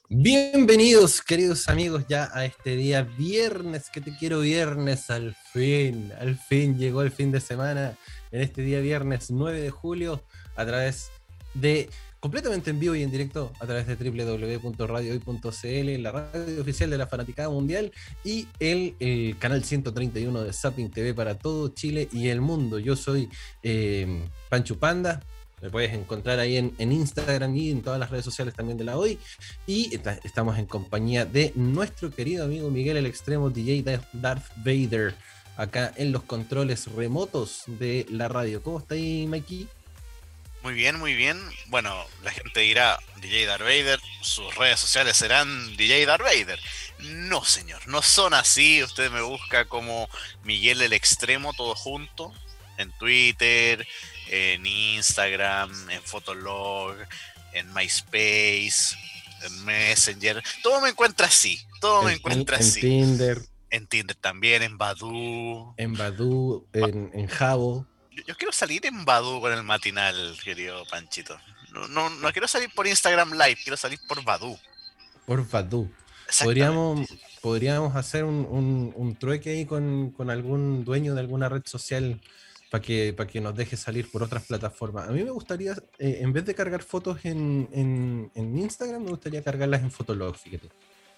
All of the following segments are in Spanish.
Bienvenidos, queridos amigos, ya a este día viernes, que te quiero viernes, al fin llegó el fin de semana, en este día viernes 9 de julio, a través de, completamente en vivo y en directo, a través de www.radiohoy.cl, la radio oficial de la Fanaticada Mundial, y el canal 131 de Zapping TV para todo Chile y el mundo. Yo soy Pancho Panda. Me puedes encontrar ahí en Instagram y en todas las redes sociales también de la Hoy. Y estamos en compañía de nuestro querido amigo Miguel el Extremo, DJ Darth Vader, acá en los controles remotos de la radio. ¿Cómo está ahí, Mikey? Muy bien, muy bien. Bueno, la gente dirá DJ Darth Vader, sus redes sociales serán DJ Darth Vader. No, señor, no son así. Usted me busca como Miguel el Extremo, todo junto, en Twitter, en Instagram, en Fotolog, en MySpace, en Messenger. Todo me encuentra así, todo me encuentra En así. Tinder, En Tinder también, en Badoo. en Badoo, en Jabo, Yo quiero salir en Badoo con el matinal, querido Panchito. No quiero salir por Instagram Live, quiero salir por Badoo. por Badoo. Exactamente. Podríamos hacer un trueque ahí con algún dueño de alguna red social para que nos deje salir por otras plataformas. A mí me gustaría, en vez de cargar fotos en Instagram, me gustaría cargarlas en Fotolog, fíjate.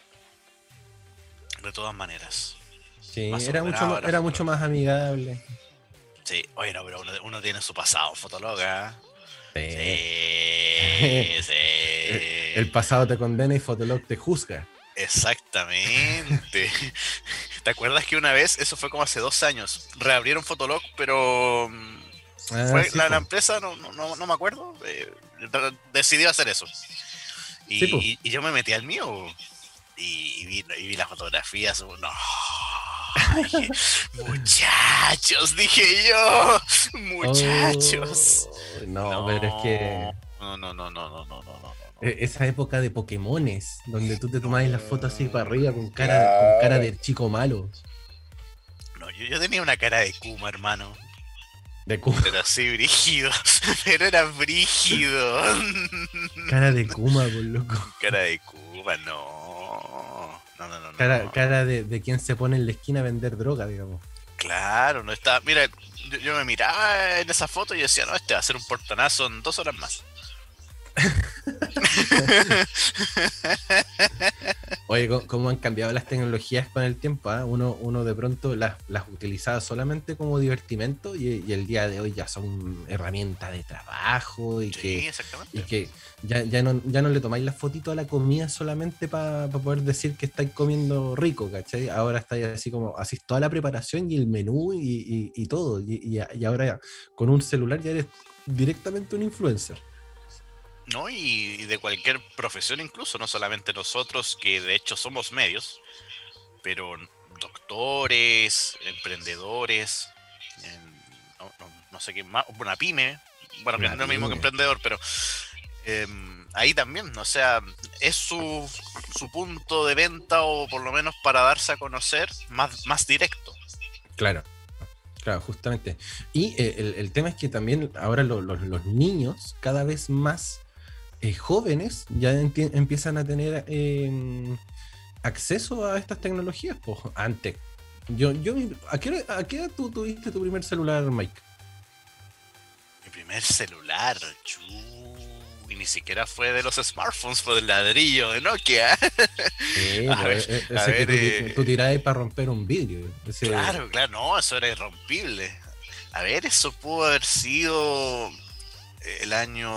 De todas maneras. Sí, Más ordenado era era mucho Fotolog. más amigable. Sí, oye, no, pero uno tiene su pasado Fotolog, ¿eh? Sí. Sí, El sí. pasado te condena y Fotolog te juzga. Exactamente. ¿Te acuerdas que una vez, eso fue como hace 2 años, reabrieron Fotolog, pero Ah, fue sí, la pues. empresa, no me acuerdo, decidió hacer eso. Sí, pues. Y yo me metí al mío y vi las fotografías. No, dije, muchachos, dije yo, muchachos. Oh, no, pero es No, que no. esa época de Pokémones, donde tú te tomabas las fotos así para No, arriba con cara claro. de chico malo, No, yo tenía una cara de Kuma, hermano. de Kuma, Pero así brígido. Pero era brígido. cara de Kuma, por loco. Cara de Kuma, no. Cara de quien se pone en la esquina a vender droga, digamos. Claro, no está. Mira, yo me miraba en esa foto y decía, no, este va a ser un portonazo en 2 horas más. Oye, cómo han cambiado las tecnologías con el tiempo, ¿ah? Uno de pronto las utilizaba solamente como divertimento y el día de hoy ya son herramientas de trabajo Sí, y exactamente. que ya no le tomáis la fotito a la comida solamente para poder decir que estáis comiendo rico, ¿cachai? Ahora estáis así como, así toda la preparación y el menú y todo. Y ahora con un celular ya eres directamente un influencer. ¿No? Y de cualquier profesión incluso, no solamente nosotros, que de hecho somos medios, pero doctores, emprendedores, no sé qué más, una pyme, bueno, que no Una es lo mismo que pyme. emprendedor, pero eh, ahí también, o sea, es su punto de venta o por lo menos para darse a conocer más directo. Claro. Claro, justamente. Y el tema es que también ahora los niños, cada vez más jóvenes, ya empiezan a tener acceso a estas tecnologías. Pues antes, ¿a qué edad tú tuviste tu primer celular, Mike? Mi primer celular, y ni siquiera fue de los smartphones, fue del ladrillo de Nokia. Sí, A ver, pues a ese que ver, tú tirabas para romper un vidrio. Ese, claro, no, eso era irrompible. A ver, eso pudo haber sido el año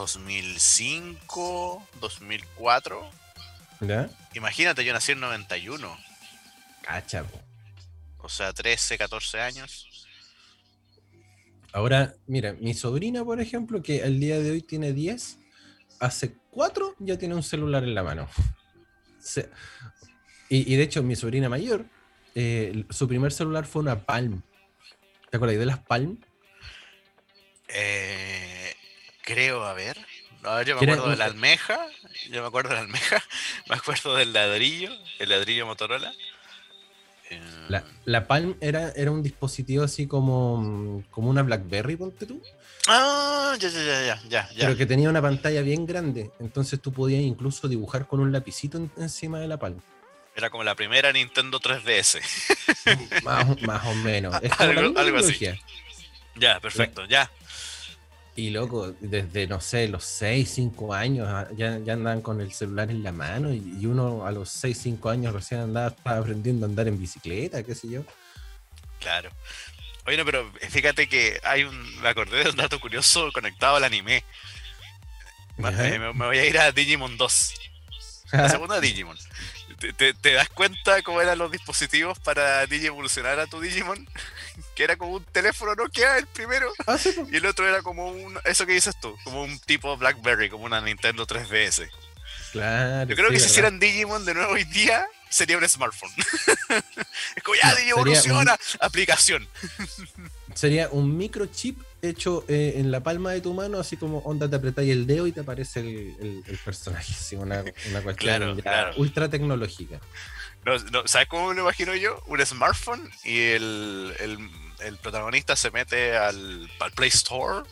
2005, 2004. ¿ya? Imagínate, yo nací en 91, Cacha, po. o sea, 13, 14 años. Ahora, mira, mi sobrina, por ejemplo, que el día de hoy tiene 10, hace 4 ya tiene un celular en la mano. Se- y de hecho, mi sobrina mayor, su primer celular fue una Palm. ¿Te acuerdas de las Palm? Eh, creo, a ver, yo me Que era, acuerdo de la almeja, yo me acuerdo de la almeja, me acuerdo del ladrillo, el ladrillo Motorola. Eh, La Palm era un dispositivo así como una BlackBerry, ponte tú, ya, ya, ya, ya, ya, ya. pero que tenía una pantalla bien grande. Entonces tú podías incluso dibujar con un lapicito encima de la Palm. Era como la primera Nintendo 3DS. Más o menos. Es como la Algo, misma algo así. tecnología. Ya, La- perfecto, ya. Y loco, desde, no sé, los 6 5 años, ya andaban con el celular en la mano y uno a los 6 5 años recién estaba aprendiendo a andar en bicicleta, qué sé yo. Claro. Oye, no, pero fíjate que me acordé de un dato curioso conectado al anime. ¿Ya? Me voy a ir a Digimon 2. La segunda Digimon. ¿Te das cuenta cómo eran los dispositivos para evolucionar a tu Digimon? Que era como un teléfono Nokia el primero, Ah, sí, po. y el otro era como eso que dices tú, como un tipo BlackBerry, como una Nintendo 3DS. Claro, Yo creo sí, que si ¿verdad? hicieran Digimon de nuevo hoy día, sería un smartphone. Es como ya No, Digievoluciona, aplicación. sería un microchip hecho en la palma de tu mano, así como onda te apretáis el dedo y te aparece el personaje, así una Claro, cuestión ya claro. ultra tecnológica. No, no, ¿sabes cómo me lo imagino yo? Un smartphone y el protagonista se mete al Play Store,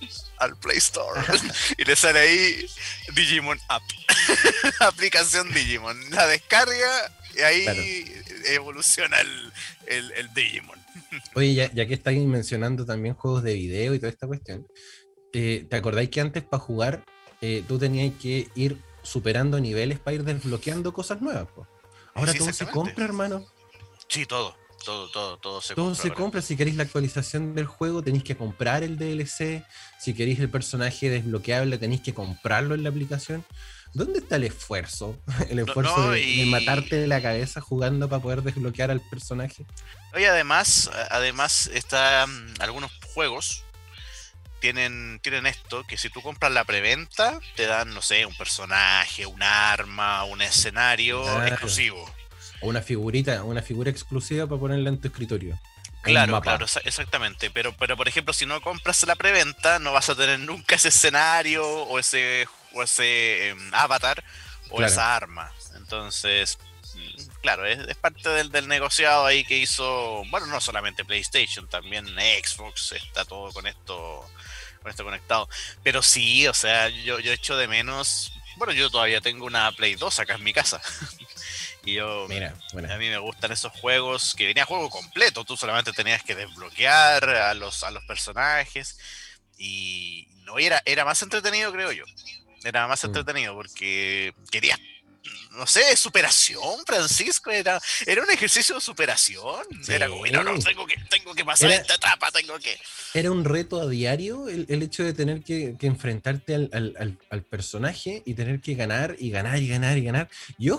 y le sale ahí Digimon App, aplicación Digimon. La descarga y Claro. ahí evoluciona el Digimon. Oye, ya que estáis mencionando también juegos de video y toda esta cuestión, ¿te acordáis que antes para jugar tú tenías que ir superando niveles para ir desbloqueando cosas nuevas, po? Ahora Sí, todo se exactamente. compra, hermano. Sí, todo se Todo compra se ahora. compra. Si queréis la actualización del juego, tenéis que comprar el DLC. Si queréis el personaje desbloqueable, tenéis que comprarlo en la aplicación. ¿Dónde está el esfuerzo? El No, esfuerzo no, de matarte la cabeza jugando para poder desbloquear al personaje. y además está algunos juegos tienen esto, que si tú compras la preventa, te dan, no sé, un personaje, un arma, un escenario Claro. exclusivo. O una figura exclusiva para ponerla en tu escritorio. O un Claro, claro, mapa. exactamente. Pero por ejemplo, si no compras la preventa, no vas a tener nunca ese escenario o ese avatar o Claro. esa arma. Entonces, claro, es parte del negociado ahí que hizo, bueno, no solamente PlayStation, también Xbox, está todo con esto conectado. Pero sí, o sea, yo echo de menos. Bueno, yo todavía tengo una Play 2 acá en mi casa. Y Mira, bueno. a mí me gustan esos juegos que venía juego completo. Tú solamente tenías que desbloquear a los personajes. Y no era más entretenido, creo yo. Era más Mm. entretenido porque querías, no sé, superación, Francisco. Era un ejercicio de superación. Era como, no, no, Sí. tengo que pasar Era, esta etapa, tengo que. era un reto a diario el hecho de tener que enfrentarte al personaje y tener que ganar y ganar y ganar y ganar.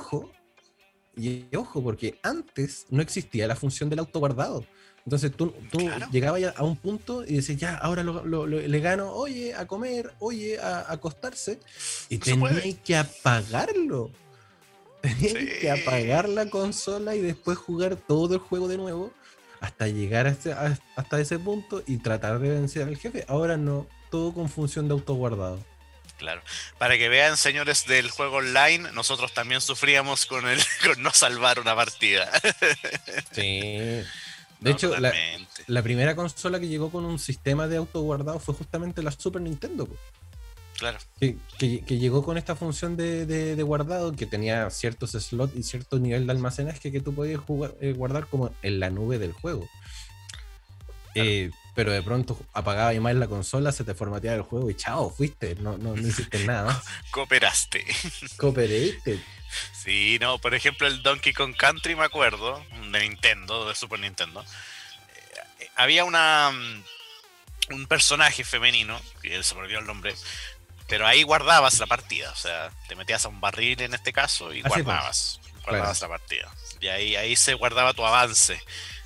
Y ojo, porque antes no existía la función del autoguardado. Entonces tú Claro, llegabas ya a un punto y decías, ya, ahora le gano, oye, a comer, oye, a acostarse, y no se puede. teníais que apagarlo. Teníais que Sí. apagar la consola y después jugar todo el juego de nuevo hasta llegar hasta ese punto y tratar de vencer al jefe. Ahora no, todo con función de autoguardado. Claro. Para que vean, señores del juego online, nosotros también sufríamos con no salvar una partida. Sí. De No, hecho, totalmente. la primera consola que llegó con un sistema de autoguardado fue justamente la Super Nintendo, po, Claro. que llegó con esta función de guardado que tenía ciertos slots y cierto nivel de almacenaje que tú podías guardar como en la nube del juego. Claro. Pero de pronto apagaba y más la consola, se te formateaba el juego y chao, fuiste, no hiciste nada más. Cooperaste. Cooperated. Sí, no, por ejemplo, el Donkey Kong Country, me acuerdo, de Nintendo, de Super Nintendo. Había un personaje femenino, que se me olvidó el nombre, pero ahí guardabas la partida. O sea, te metías a un barril en este caso y Así pues, claro. guardabas la partida. Y ahí se guardaba tu avance.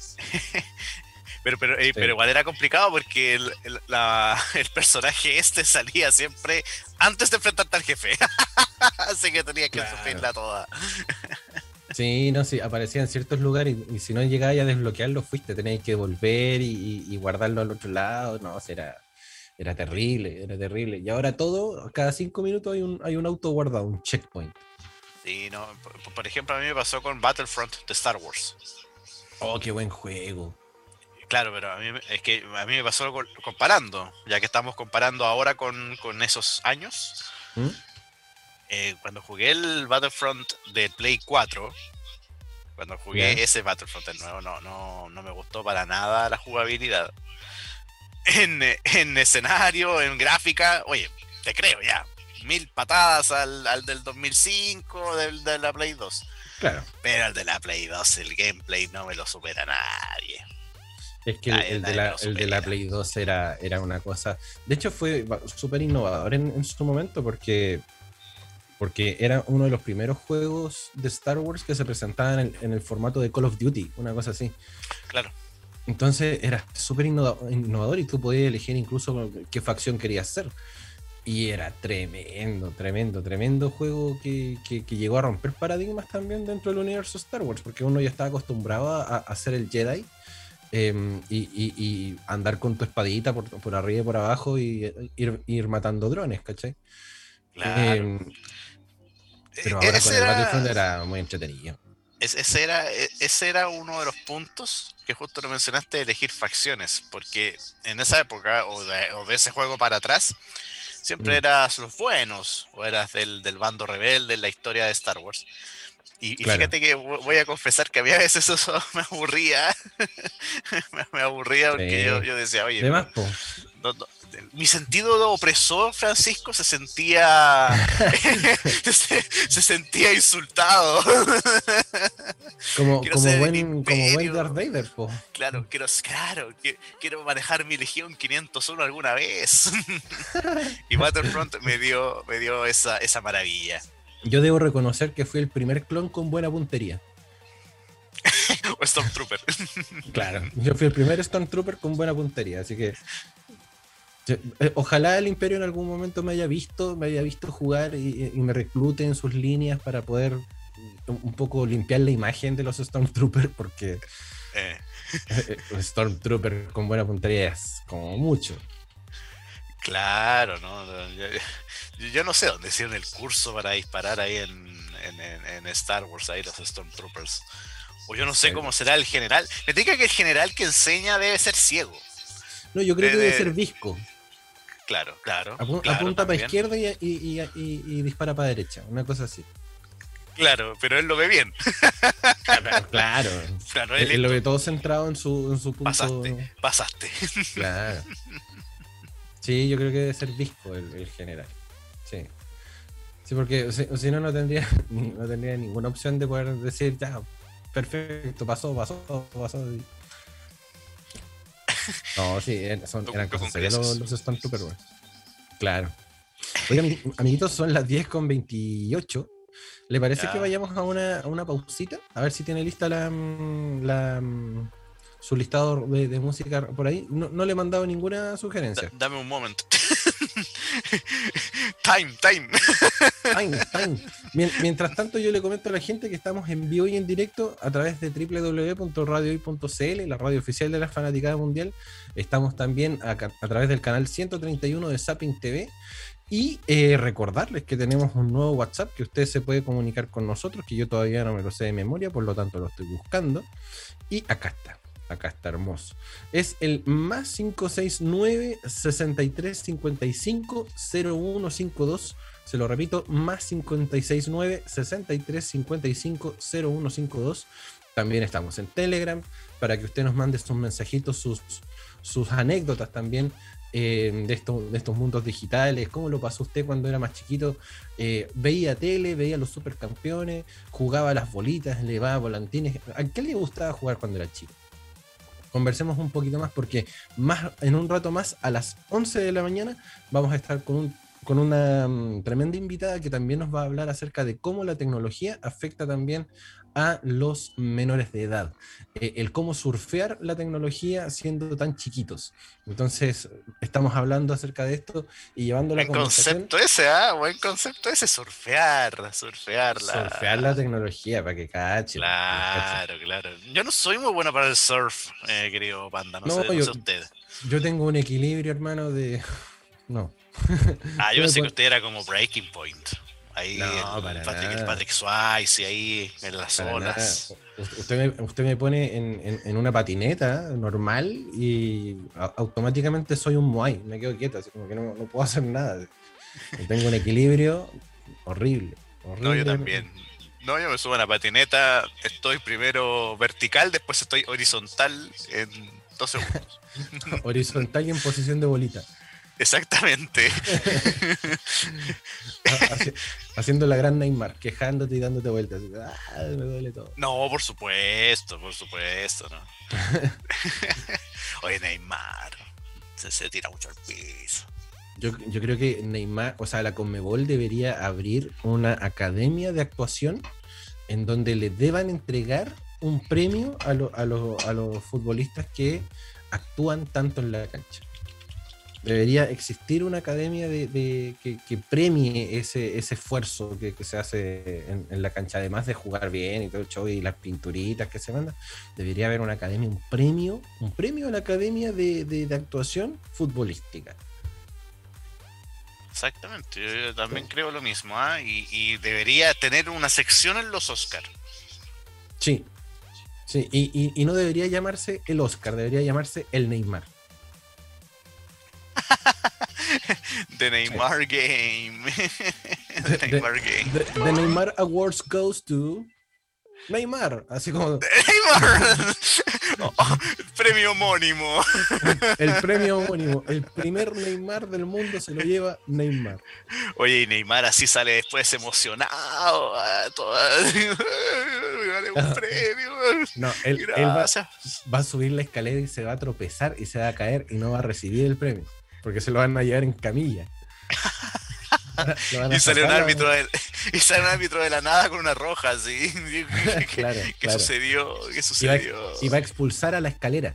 Pero Sí. igual era complicado porque el personaje este salía siempre antes de enfrentarte al jefe. Así que tenía que Claro. sufrirla toda. Sí, no, sí, aparecía en ciertos lugares y si no llegabas a desbloquearlo, fuiste, tenías que volver y guardarlo al otro lado. No, o sea, era terrible, era terrible. Y ahora todo, cada 5 minutos hay un auto guardado, un checkpoint. Sí, no, por ejemplo, a mí me pasó con Battlefront de Star Wars. Oh, qué buen juego. Claro, pero es que a mí me pasó comparando, ya que estamos comparando ahora con esos años. ¿Mm? Cuando jugué el Battlefront de Play 4, cuando ¿Ya? jugué ese Battlefront de nuevo, no me gustó para nada la jugabilidad. En escenario, en gráfica, oye, te creo ya. 1000 patadas al del 2005 de la Play 2. Claro. Pero el de la Play 2, el gameplay no me lo supera nadie. Es que Nadie me lo el de la supera. Play 2 era una cosa. De hecho, fue súper innovador en su momento porque era uno de los primeros juegos de Star Wars que se presentaban en el formato de Call of Duty, una cosa así. Claro. Entonces era súper innovador y tú podías elegir incluso qué facción querías ser. Y era tremendo juego que llegó a romper paradigmas también dentro del universo Star Wars, porque uno ya estaba acostumbrado a ser el Jedi y andar con tu espadita por arriba y por abajo y ir matando drones, ¿cachai? Claro. Eh, pero ahora con Ese el Battlefront era. era muy entretenido. Ese era uno de los puntos que justo lo mencionaste de elegir facciones, porque en esa época, o de ese juego para atrás, siempre Mm, eras los buenos, o eras del bando rebelde en la historia de Star Wars. Y claro. fíjate que voy a confesar que a veces eso me aburría, me aburría porque yo, Sí. yo decía, oye, De pero más, po. mi sentido de opresor, Francisco, se sentía se sentía insultado. Quiero ser el Como buen Darth imperio. Vader, po. Claro, quiero manejar mi Legión 501 alguna vez. Y Battlefront me dio esa maravilla. Yo debo reconocer que fui el primer clon con buena puntería. O Stormtrooper. Claro, yo fui el primer Stormtrooper con buena puntería, así que ojalá el Imperio en algún momento me haya visto jugar y me reclute en sus líneas para poder un poco limpiar la imagen de los Stormtroopers, porque Eh, Stormtrooper con buena puntería es como mucho. claro, ¿no? Yo no sé dónde hicieron el curso para disparar ahí en Star Wars, ahí los Stormtroopers. O yo No no sé sé. cómo será el general. Me diga que el general que enseña debe ser ciego. No, yo creo De, que debe ser de- visco. claro, claro, claro, Apunta para también. izquierda y dispara para derecha, una cosa así. Claro, pero él lo ve bien. Claro, Claro, es lo listo. que todo centrado en su Pasaste, punto. pasaste. Claro. Sí, yo creo que debe ser visco el general. Sí. Sí, porque si no, no tendría, no tendría ninguna opción de poder decir, ya, perfecto, pasó. No, sí, eran Tú cosas con serias creces. los Stormtroopers, weón. Claro. Oigan, amiguitos, son las 10:28. ¿Le parece que Ya. vayamos a una pausita? A ver si tiene lista su listado de música por ahí. No, no le he mandado ninguna sugerencia. Dame un momento. Time. Time. Mientras tanto, yo le comento a la gente que estamos en vivo y en directo a través de www.radiohoy.cl, la radio oficial de la Fanaticada Mundial. Estamos también a través del canal 131 de Zapping TV. Y recordarles que tenemos un nuevo WhatsApp que usted se puede comunicar con nosotros, que yo todavía no me lo sé de memoria, por lo tanto lo estoy buscando. Y acá está hermoso. Es el más 569 63 55 0152. Se lo repito, más 569 63 55 0152. También estamos en Telegram para que usted nos mande sus mensajitos, sus anécdotas también de estos mundos digitales. ¿Cómo lo pasó usted cuando era más chiquito? Veía tele, veía los supercampeones, jugaba a las bolitas, le daba volantines. ¿A qué le gustaba jugar cuando era chico? Conversemos un poquito más porque en un rato más, a las 11 de la mañana, vamos a estar con una tremenda invitada que también nos va a hablar acerca de cómo la tecnología afecta también a los menores de edad. El cómo surfear la tecnología siendo tan chiquitos. Entonces, estamos hablando acerca de esto y llevando la Buen conversación, concepto ese, ¿ah? Buen concepto ese, surfear surfear la la. tecnología para que cache, para que cache. Claro, claro. Yo no soy muy bueno para el surf, querido Panda, no No, sé, no sé usted. yo tengo un equilibrio, hermano, de... No. Ah, yo Tú me pensé que pon- usted era como Breaking Point. Ahí No, para El nada. Patrick Swayze, ahí en las Para nada. olas. Usted me pone en una patineta normal y automáticamente soy un Moai. Me quedo quieto, así como que no puedo hacer nada. Tengo un equilibrio horrible, No, yo horrible. también. No, yo me subo a la patineta, estoy primero vertical, después estoy horizontal en 2 segundos. Horizontal y en posición de bolita. Exactamente. Haci- Haciendo la gran Neymar, quejándote y dándote vueltas. Me duele todo. No, por supuesto, ¿no? Oye, Neymar, se tira mucho al piso. Yo creo que Neymar, o sea, la Conmebol debería abrir una academia de actuación en donde le deban entregar un premio a los futbolistas que actúan tanto en la cancha. Debería existir una academia que premie ese esfuerzo que se hace en la cancha, además de jugar bien y todo el show y las pinturitas que se mandan. Debería haber una academia, un premio a la academia de actuación futbolística. Exactamente, yo también creo lo mismo, ¿ah? Y debería tener una sección en los Oscar. Sí, sí, y no debería llamarse el Oscar, debería llamarse el Neymar. The Sí. Neymar Game. The The, Neymar Game. the Neymar Awards goes to Neymar, así como Neymar. Oh, premio homónimo. el premio homónimo, el primer Neymar del mundo se lo lleva Neymar. Oye, y Neymar así sale después emocionado. Me gané un premio. No, él Gracias. va a subir la escalera y se va a tropezar y se va a caer y no va a recibir el premio, porque se lo van a llevar en camilla. Lo van a Y sale un sacar. árbitro y sale un árbitro de la nada con una roja así. ¿Qué, Claro, qué claro. sucedió? ¿Qué Y va, sucedió? y va a expulsar a la escalera.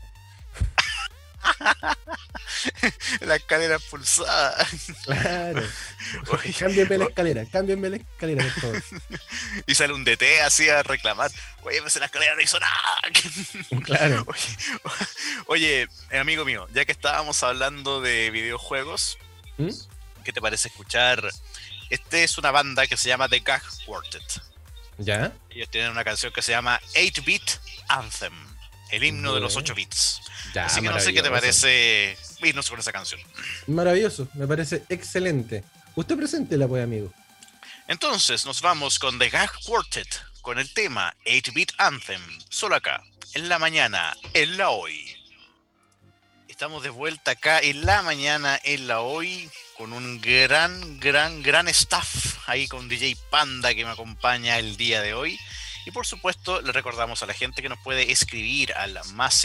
La escalera pulsada. Claro. Oye, Cámbienme la escalera, por favor. y sale un DT así a reclamar. Oye, pues la escalera no hizo nada. Claro. Oye, amigo mío, ya que estábamos hablando de videojuegos, ¿Mm? ¿qué te parece escuchar? Este es una banda que se llama The Gag Quartet. ¿Ya? Ellos tienen una canción que se llama 8-Bit Anthem, el himno de los 8 bits. Ya, Así que no sé qué te maravilloso. parece irnos con esa canción. Maravilloso, me parece excelente. Usted preséntela, pues, amigo. Entonces nos vamos con The Gag Quartet, con el tema 8-Bit Anthem, solo acá, en la mañana, en la hoy. Estamos de vuelta acá en la mañana, en la hoy, con un gran staff, ahí con DJ Panda que me acompaña el día de hoy. Y por supuesto, le recordamos a la gente que nos puede escribir al más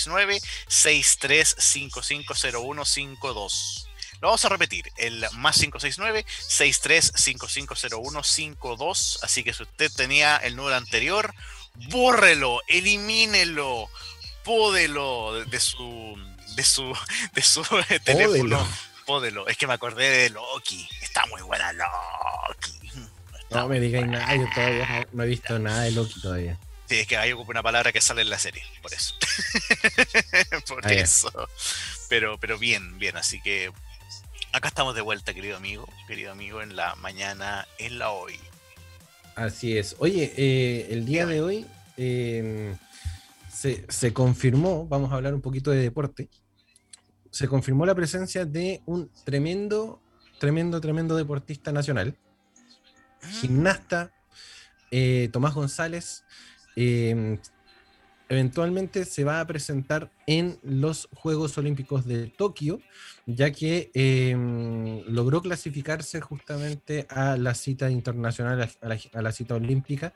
569-63550152. Lo vamos a repetir, el más 569-63550152. Así que si usted tenía el número anterior, bórrelo, elimínelo, pódelo de su teléfono. Pódelo. Es que me acordé de Loki. Está muy buena Loki. No me digáis nada, yo todavía no he visto nada de Loki todavía. Sí, es que ahí ocupa una palabra que sale en la serie, por eso. Por Ah, ya. eso. Pero bien, bien. Así que acá estamos de vuelta, querido amigo, en la mañana, en la hoy. Así es. Oye, el día Dígame. de hoy se confirmó, vamos a hablar un poquito de deporte, se confirmó la presencia de un tremendo deportista nacional, gimnasta, Tomás González. Eventualmente se va a presentar en los Juegos Olímpicos de Tokio, ya que logró clasificarse justamente a la cita internacional, a la cita olímpica.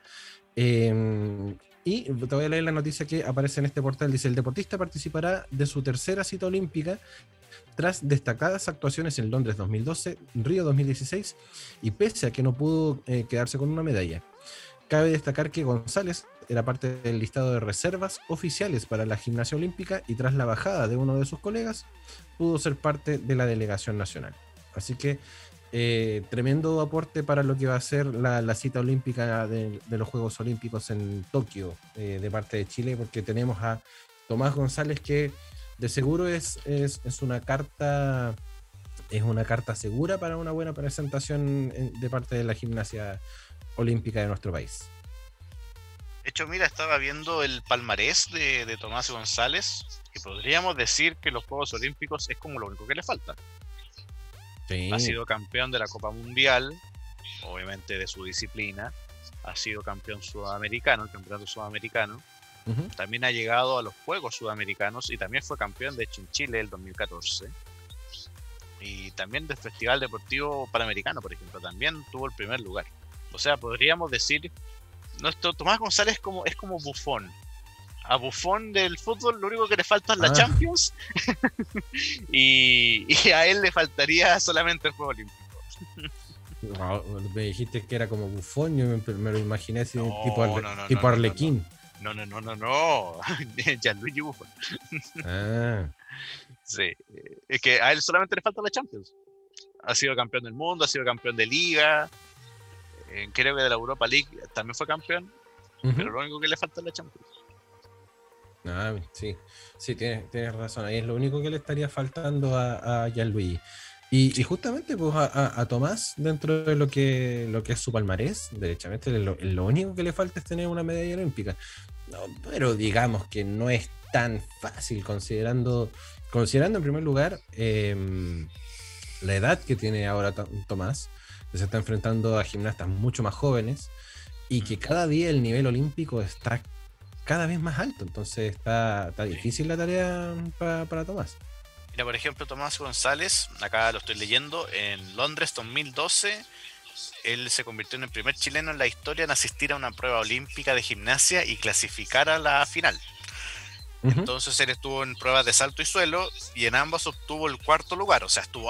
Y te voy a leer la noticia que aparece en este portal. Dice: el deportista participará de su tercera cita olímpica tras destacadas actuaciones en Londres 2012, Río 2016, y pese a que no pudo quedarse con una medalla. Cabe destacar que González era parte del listado de reservas oficiales para la gimnasia olímpica y tras la bajada de uno de sus colegas pudo ser parte de la delegación nacional. Así que tremendo aporte para lo que va a ser la cita olímpica de los Juegos Olímpicos en Tokio de parte de Chile, porque tenemos a Tomás González, que de seguro es una carta es una carta segura para una buena presentación de parte de la gimnasia olímpica de nuestro país. De hecho, mira, estaba viendo el palmarés de Tomás González y podríamos decir que los Juegos Olímpicos es como lo único que le falta. Sí. Ha sido campeón de la Copa Mundial, obviamente de su disciplina, ha sido campeón sudamericano, el campeonato sudamericano, también ha llegado a los Juegos Sudamericanos y también fue campeón, de hecho, en Chile el 2014. Y también del Festival Deportivo Panamericano, por ejemplo, también tuvo el primer lugar. O sea, podríamos decir, nuestro Tomás González es como Buffon. A Buffon del fútbol lo único que le falta es la Champions y a él le faltaría solamente el Juego Olímpico. No, me dijiste que era como Buffon, yo me lo imaginé así, tipo Arlequín. No. Gianluigi Buffon. Ah. Sí, es que a él solamente le falta la Champions. Ha sido campeón del mundo, ha sido campeón de Liga, creo que de la Europa League también fue campeón, pero lo único que le falta es la Champions. Sí, tienes razón. Ahí es lo único que le estaría faltando a Gianluigi. Y justamente pues a Tomás, dentro de lo que es su palmarés, derechamente lo único que le falta es tener una medalla olímpica. No, pero digamos que no es tan fácil, considerando en primer lugar la edad que tiene ahora Tomás, que se está enfrentando a gimnastas mucho más jóvenes y que cada día el nivel olímpico está cada vez más alto, entonces está difícil la tarea para Tomás. Mira, por ejemplo, Tomás González, acá lo estoy leyendo, en Londres 2012, él se convirtió en el primer chileno en la historia en asistir a una prueba olímpica de gimnasia y clasificar a la final. Entonces él estuvo en pruebas de salto y suelo y en ambas obtuvo el cuarto lugar, o sea, estuvo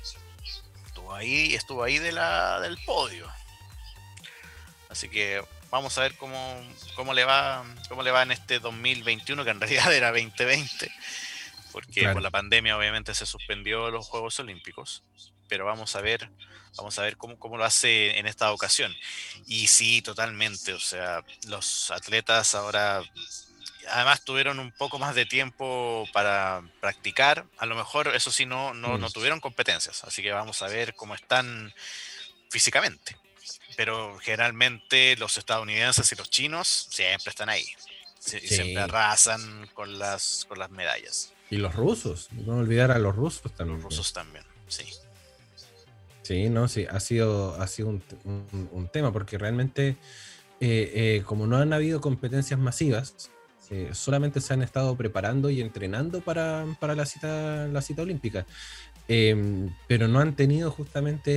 ahí del podio. Así que vamos a ver cómo le va en este 2021, que en realidad era 2020, porque claro, por la pandemia obviamente se suspendió los Juegos Olímpicos, pero vamos a ver cómo lo hace en esta ocasión. Y sí, totalmente, o sea, los atletas ahora además tuvieron un poco más de tiempo para practicar, a lo mejor eso sí no tuvieron competencias, así que vamos a ver cómo están físicamente. Pero generalmente los estadounidenses y los chinos siempre están ahí. Siempre arrasan con las medallas. Y los rusos, no olvidar a los rusos también. Los rusos también, sí. Sí, no, sí, ha sido un tema, porque realmente, como no han habido competencias masivas, solamente se han estado preparando y entrenando para la cita olímpica. Pero no han tenido justamente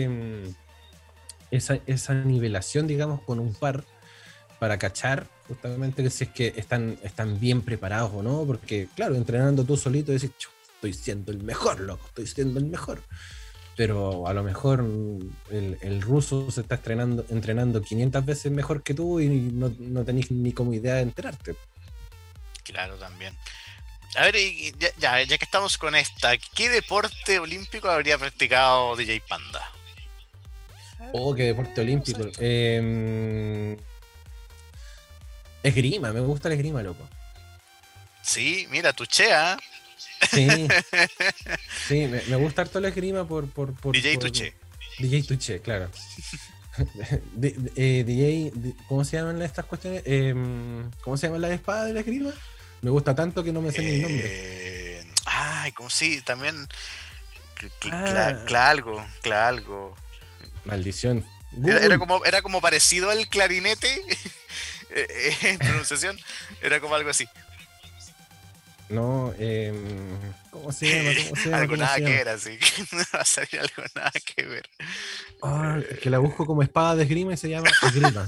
esa nivelación, digamos, con un par para cachar justamente que si es que están bien preparados o no, porque claro, entrenando tú solito decís, estoy siendo el mejor, loco, estoy siendo el mejor, pero a lo mejor el ruso se está entrenando 500 veces mejor que tú y no tenés ni como idea de enterarte. Claro, también. A ver, ya que estamos con esta, ¿qué deporte olímpico habría practicado DJ Panda? Oh, qué deporte olímpico. Esgrima, me gusta la esgrima, loco. Sí, mira, tuchea. Sí, me gusta harto la esgrima por DJ Tuché. DJ Tuché, claro. DJ, ¿cómo se llaman estas cuestiones? ¿Cómo se llaman las espadas de la esgrima? Me gusta tanto que no me sé ni el nombre. Ay, como sí, también. Clalgo. Maldición. Era como parecido al clarinete en pronunciación. Era como algo así. No, ¿cómo se llama? Algo nada que ver, así. No va a salir algo nada que ver. Que la busco como espada de esgrima y se llama esgrima.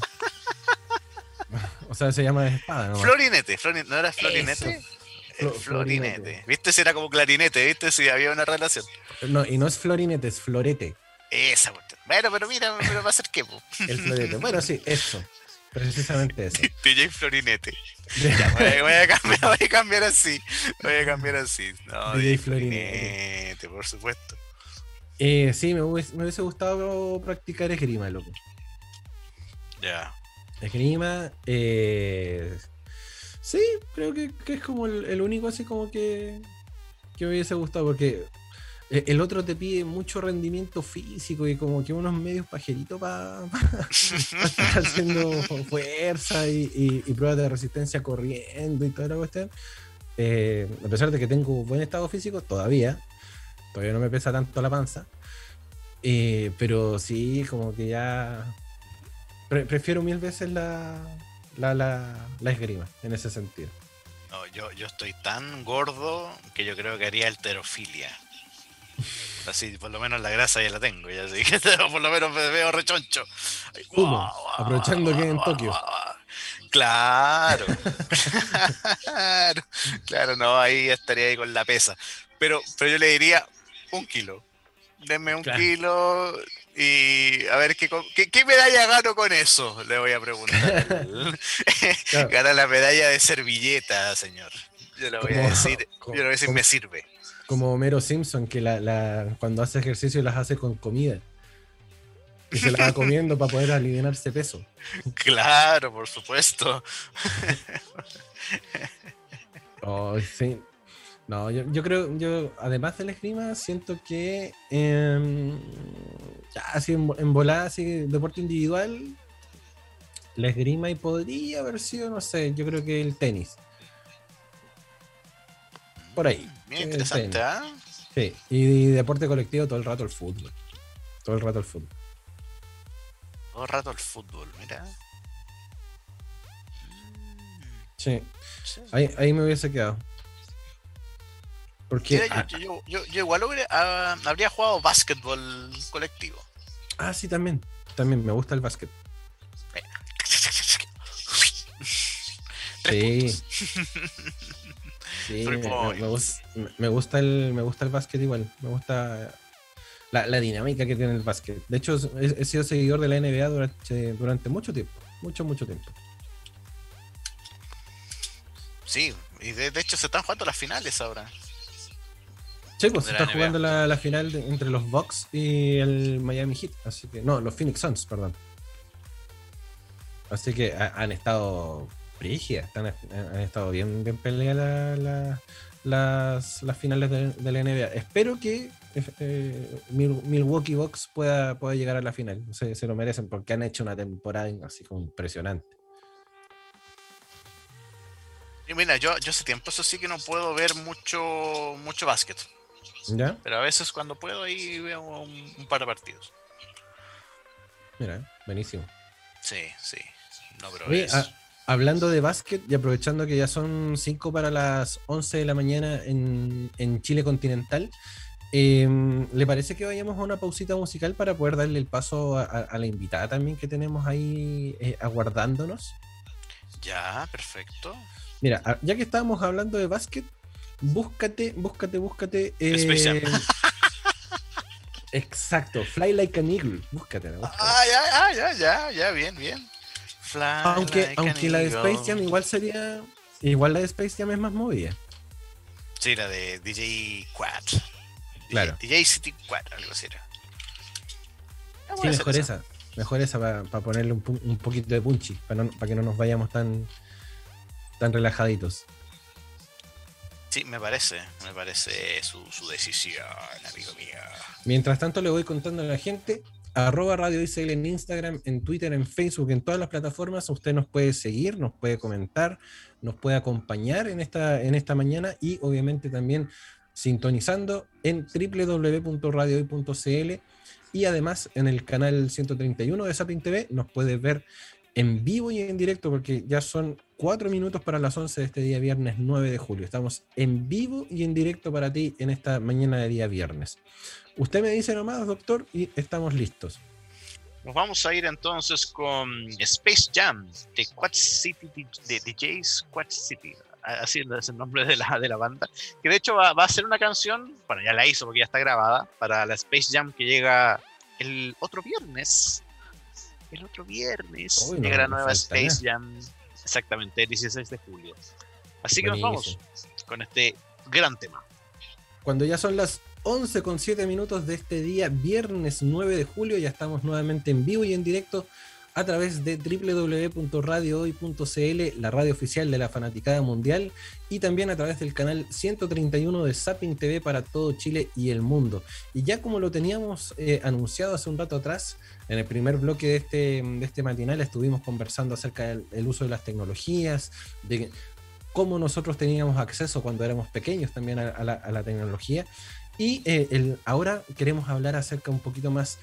O sea, se llama espada, ¿no? Florinete, ¿no era florinete? Florinete. ¿Viste? Si era como clarinete, ¿viste? Si había una relación. No, y no es florinete, es florete. Esa cuestión. Bueno, pero mira, va a ser qué, po. El florete. Bueno, sí, eso. Precisamente eso. DJ Florinete. Ya, voy a cambiar así. No, DJ Florinete, por supuesto. Sí, me hubiese gustado practicar esgrima, loco. Ya. Esgrima, sí, creo que es como el único así como que me hubiese gustado, porque El otro te pide mucho rendimiento físico y como que unos medios pajeritos para estar haciendo fuerza y pruebas de resistencia corriendo y toda la cuestión. A pesar de que tengo buen estado físico, todavía no me pesa tanto la panza. Pero sí, como que ya prefiero mil veces la esgrima en ese sentido. No, yo estoy tan gordo que yo creo que haría halterofilia. Así, por lo menos la grasa ya la tengo, ya así que por lo menos me veo rechoncho. Ay, Humo, aprovechando que en Tokio. Claro. Claro, claro, no, ahí estaría ahí con la pesa. Pero yo le diría 1 kilo. Denme un Claro. kilo y a ver qué medalla gano con eso, le voy a preguntar. Claro, Gana la medalla de servilleta, señor. Yo le voy a como, decir, yo le voy a decir, me como, sirve. como Homero Simpson, que cuando hace ejercicio las hace con comida. Y se la va comiendo para poder aliviarse peso. Claro, por supuesto. Oh, sí. No, yo creo, además del esgrima, siento que ya así en volada, así deporte individual, la esgrima y podría haber sido, no sé, yo creo que el tenis. Por ahí. Bien El interesante, tenis. ¿ah? Sí. Y deporte colectivo todo el rato el fútbol. Todo el rato el fútbol. Todo el rato el fútbol, mira. Sí. Sí. Ahí me hubiese quedado. Porque. Mira, yo igual habría jugado básquetbol colectivo. Sí, también. También me gusta el básquet. Sí. Sí, me gusta el básquet igual. Me gusta la dinámica que tiene el básquet. De hecho, he sido seguidor de la NBA durante mucho tiempo. Mucho tiempo. Sí, y de hecho se están jugando las finales ahora. Sí, pues se De está la jugando NBA. la final entre los Bucks y el Miami Heat. Así que. No, los Phoenix Suns, perdón. Así que han estado brígidas, han estado bien peleadas las finales de la NBA. Espero que Milwaukee Bucks pueda llegar a la final. Se lo merecen porque han hecho una temporada así como impresionante. Y mira, yo hace tiempo eso sí que no puedo ver mucho básquet. ¿Ya? Pero a veces cuando puedo ahí veo un par de partidos. Mira, buenísimo. Sí, sí. No, pero Oye, es. hablando de básquet y aprovechando que ya son 5 para las 11 de la mañana en Chile continental, ¿le parece que vayamos a una pausita musical para poder darle el paso a la invitada también que tenemos ahí aguardándonos? Ya, perfecto. Mira, ya que estábamos hablando de básquet, búscate. Space Jam. Exacto, Fly Like an Eagle. Búscatela. Ya, bien. Fly Aunque la de like an Space Jam eagle. igual sería. Igual la de Space Jam es más movida. Sí, la de DJ Quad. Claro. DJ City Quad, algo así era. Ya, Sí, puede ser mejor esa para ponerle un poquito de punchy, para que no nos vayamos tan relajaditos. Sí, me parece su decisión, amigo mío. Mientras tanto, le voy contando a la gente, @Radio ICL en Instagram, en Twitter, en Facebook, en todas las plataformas. Usted nos puede seguir, nos puede comentar, nos puede acompañar en esta mañana y obviamente también sintonizando en www.radiohoy.cl y además en el canal 131 de Zapping TV nos puede ver en vivo y en directo porque ya son 4 minutos para las 11 de este día viernes 9 de julio. Estamos en vivo y en directo para ti en esta mañana de día viernes. Usted me dice nomás, doctor, y estamos listos. Nos vamos a ir entonces con Space Jam de Quad City, de DJs Quad City. Así es el nombre de la banda. Que de hecho va a ser una canción, bueno, ya la hizo porque ya está grabada, para la Space Jam que llega el otro viernes. Uy, Llega la no nueva falta Space nada. Jam, exactamente, el 16 de julio. Así que Buenísimo. nos vamos con este gran tema. Cuando ya son las 11:07 minutos de este día, viernes 9 de julio, ya estamos nuevamente en vivo y en directo a través de www.radiohoy.cl, la radio oficial de la Fanaticada Mundial, y también a través del canal 131 de Zapping TV para todo Chile y el mundo. Y ya como lo teníamos anunciado hace un rato atrás, en el primer bloque de este matinal estuvimos conversando acerca del uso de las tecnologías, de cómo nosotros teníamos acceso cuando éramos pequeños también a la tecnología. Y ahora queremos hablar acerca un poquito más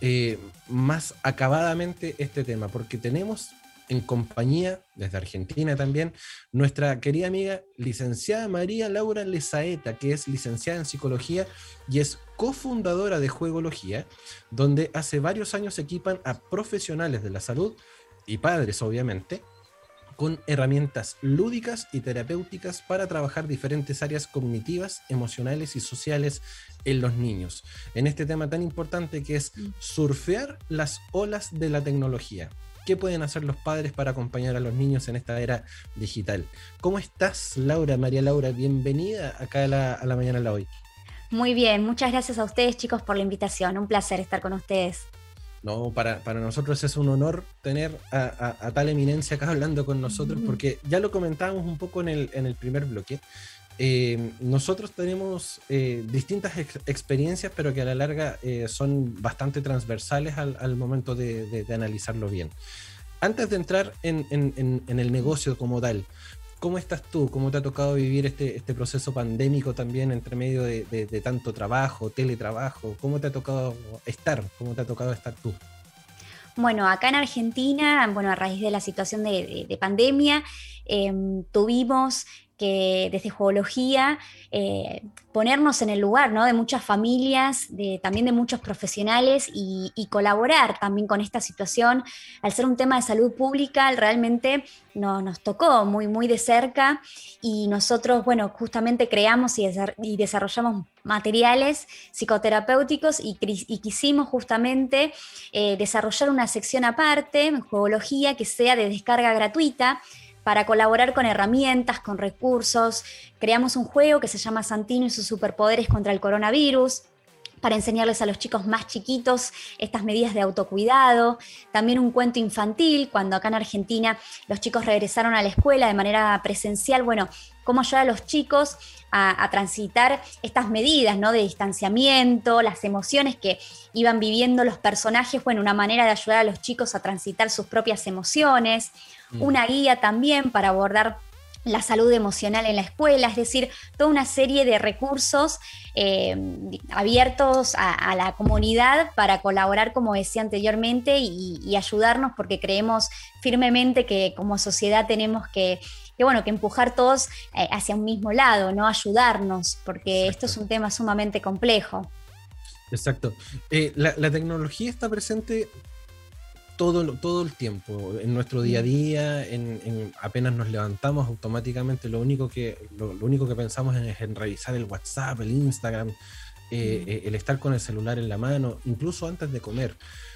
acabadamente este tema, porque tenemos en compañía, desde Argentina también, nuestra querida amiga licenciada María Laura Lezaeta, que es licenciada en psicología y es cofundadora de Juegología, donde hace varios años equipan a profesionales de la salud y padres, obviamente, con herramientas lúdicas y terapéuticas para trabajar diferentes áreas cognitivas, emocionales y sociales en los niños. En este tema tan importante que es surfear las olas de la tecnología. ¿Qué pueden hacer los padres para acompañar a los niños en esta era digital? ¿Cómo estás, Laura, María Laura? Bienvenida acá a la Mañana La Hoy. Muy bien, muchas gracias a ustedes, chicos, por la invitación. Un placer estar con ustedes. No, para nosotros es un honor tener a tal eminencia acá hablando con nosotros, porque ya lo comentábamos un poco en el primer bloque. Nosotros tenemos distintas experiencias, pero que a la larga son bastante transversales al momento de analizarlo bien. Antes de entrar en el negocio como tal, ¿cómo estás tú? ¿Cómo te ha tocado vivir este proceso pandémico también entre medio de tanto trabajo, teletrabajo? ¿Cómo te ha tocado estar? ¿Cómo te ha tocado estar tú? Bueno, acá en Argentina, a raíz de la situación de pandemia, tuvimos que desde Juegología ponernos en el lugar, ¿no?, de muchas familias, también de muchos profesionales y colaborar también con esta situación. Al ser un tema de salud pública, realmente nos tocó muy, muy de cerca y nosotros, justamente creamos y desarrollamos materiales psicoterapéuticos y quisimos justamente desarrollar una sección aparte en Juegología que sea de descarga gratuita, para colaborar con herramientas, con recursos. Creamos un juego que se llama Santino y sus superpoderes contra el coronavirus, para enseñarles a los chicos más chiquitos estas medidas de autocuidado. También un cuento infantil, cuando acá en Argentina los chicos regresaron a la escuela de manera presencial, cómo ayudar a los chicos a transitar estas medidas, ¿no?, de distanciamiento, las emociones que iban viviendo los personajes, una manera de ayudar a los chicos a transitar sus propias emociones. Una guía también para abordar la salud emocional en la escuela, es decir, toda una serie de recursos abiertos a la comunidad para colaborar, como decía anteriormente, y ayudarnos, porque creemos firmemente que como sociedad tenemos que empujar todos hacia un mismo lado, ¿no? Ayudarnos, porque Esto es un tema sumamente complejo. Exacto. La tecnología está presente todo el tiempo, en nuestro día a día, apenas nos levantamos automáticamente, lo único que pensamos es en revisar el WhatsApp, el Instagram, el estar con el celular en la mano, incluso antes de comer.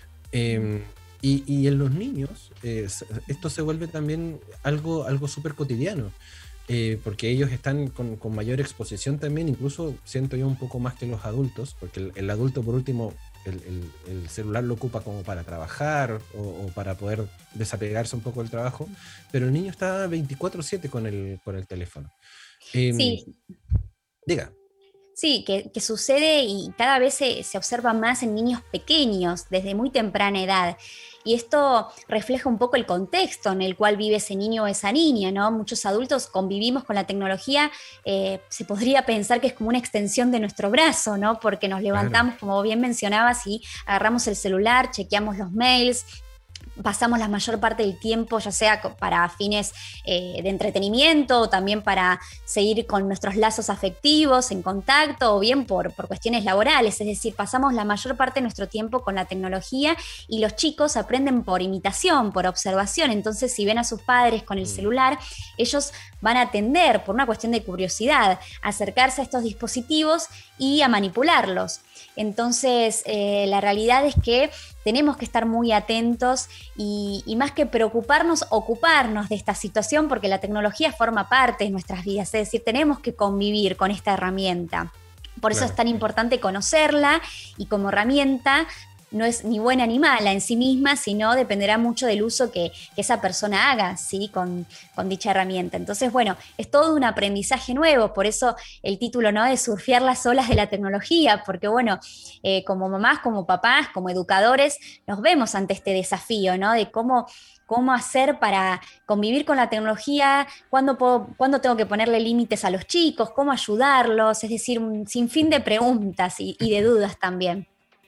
Y en los niños esto se vuelve también algo súper cotidiano, porque ellos están con mayor exposición también, incluso siento yo un poco más que los adultos, porque el adulto por último el celular lo ocupa como para trabajar o para poder desapegarse un poco del trabajo, pero el niño está 24/7 con el teléfono. Sí. Diga. Sí, que sucede y cada vez se observa más en niños pequeños desde muy temprana edad. Y esto refleja un poco el contexto en el cual vive ese niño o esa niña, ¿no? Muchos adultos convivimos con la tecnología, se podría pensar que es como una extensión de nuestro brazo, ¿no? Porque nos levantamos, como bien mencionabas, y agarramos el celular, chequeamos los mails, pasamos la mayor parte del tiempo, ya sea para fines de entretenimiento o también para seguir con nuestros lazos afectivos en contacto, o bien por cuestiones laborales. Es decir, pasamos la mayor parte de nuestro tiempo con la tecnología y los chicos aprenden por imitación, por observación. Entonces, si ven a sus padres con el celular, ellos van a tender, por una cuestión de curiosidad, a acercarse a estos dispositivos y a manipularlos. Entonces, la realidad es que tenemos que estar muy atentos y más que preocuparnos, ocuparnos de esta situación, porque la tecnología forma parte de nuestras vidas, es decir, tenemos que convivir con esta herramienta. Por eso es tan importante conocerla y como herramienta no es ni buena ni mala en sí misma, sino dependerá mucho del uso que esa persona haga, ¿sí? Con dicha herramienta. Entonces, bueno, es todo un aprendizaje nuevo, por eso el título, ¿no?, de surfear las olas de la tecnología, porque bueno, como mamás, como papás, como educadores, nos vemos ante este desafío, ¿no?, de cómo hacer para convivir con la tecnología, cuándo tengo que ponerle límites a los chicos, cómo ayudarlos, es decir, un sinfín de preguntas y de dudas también.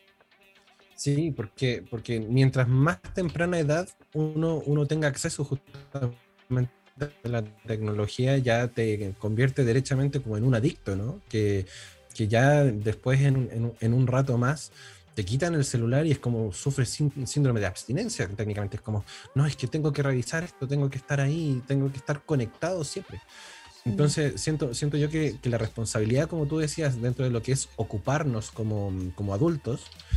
Sí, porque mientras más temprana edad uno tenga acceso justamente a la tecnología, ya te convierte derechamente como en un adicto, ¿no? Que ya después en un rato más te quitan el celular y es como sufres síndrome de abstinencia, técnicamente es como, no, es que tengo que revisar esto, tengo que estar ahí, tengo que estar conectado siempre. Entonces siento yo que la responsabilidad, como tú decías, dentro de lo que es ocuparnos como adultos,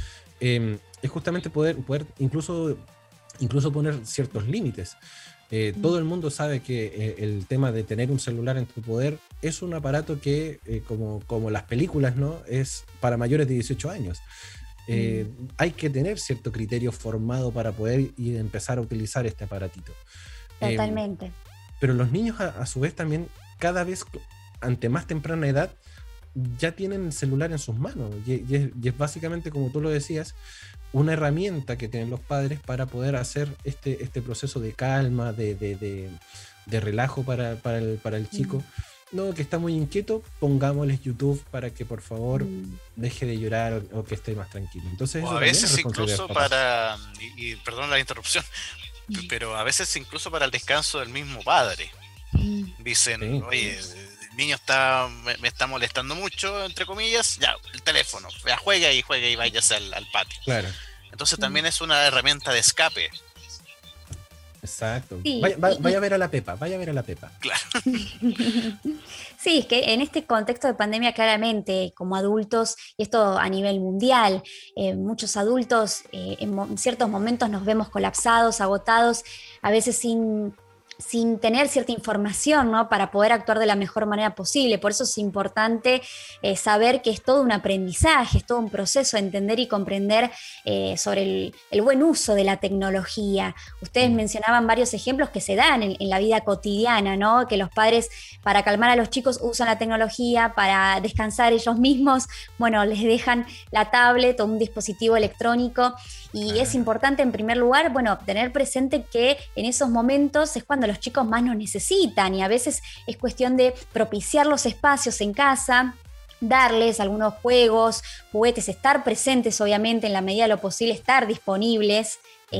es justamente poder incluso poner ciertos límites. Todo el mundo sabe que el tema de tener un celular en tu poder es un aparato que, como las películas, ¿no?, es para mayores de 18 años. Hay que tener cierto criterio formado para poder empezar a utilizar este aparatito. Totalmente. Pero los niños a su vez también, cada vez ante más temprana edad, ya tienen el celular en sus manos y es básicamente, como tú lo decías, una herramienta que tienen los padres para poder hacer este proceso de calma, de relajo para el chico. No, que está muy inquieto, pongámosles YouTube para que por favor deje de llorar o que esté más tranquilo. Entonces, o eso a veces incluso para... y perdón la interrupción, pero a veces incluso para el descanso del mismo padre. Dicen, Sí. oye, el niño me está molestando mucho, entre comillas, ya, el teléfono, ya juega y váyase al patio. Claro. Entonces también es una herramienta de escape. Exacto. Sí, vaya a ver a la Pepa, vaya a ver a la Pepa. Claro. Sí, es que en este contexto de pandemia, claramente, como adultos, y esto a nivel mundial, muchos adultos en ciertos momentos nos vemos colapsados, agotados, a veces sin tener cierta información, ¿no?, para poder actuar de la mejor manera posible. Por eso es importante saber que es todo un aprendizaje, es todo un proceso, entender y comprender sobre el buen uso de la tecnología. Ustedes mencionaban varios ejemplos que se dan en la vida cotidiana, ¿no?, que los padres, para calmar a los chicos, usan la tecnología, para descansar ellos mismos, bueno, les dejan la tablet o un dispositivo electrónico. Y es importante, en primer lugar, bueno, tener presente que en esos momentos es cuando los chicos más nos necesitan, y a veces es cuestión de propiciar los espacios en casa, darles algunos juguetes, estar presentes, obviamente, en la medida de lo posible, estar disponibles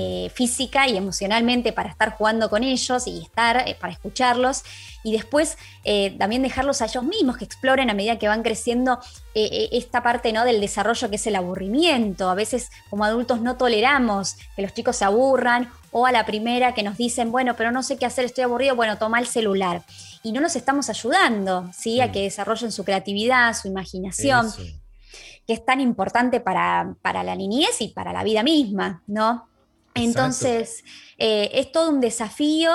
física y emocionalmente para estar jugando con ellos y estar para escucharlos, y después también dejarlos a ellos mismos que exploren a medida que van creciendo esta parte, ¿no?, del desarrollo, que es el aburrimiento. A veces como adultos no toleramos que los chicos se aburran, o a la primera que nos dicen, bueno, pero no sé qué hacer, estoy aburrido, bueno, toma el celular. Y no los estamos ayudando, ¿sí?, a que desarrollen su creatividad, su imaginación, Eso. que es tan importante para la niñez y para la vida misma, ¿no? Exacto. Entonces, es todo un desafío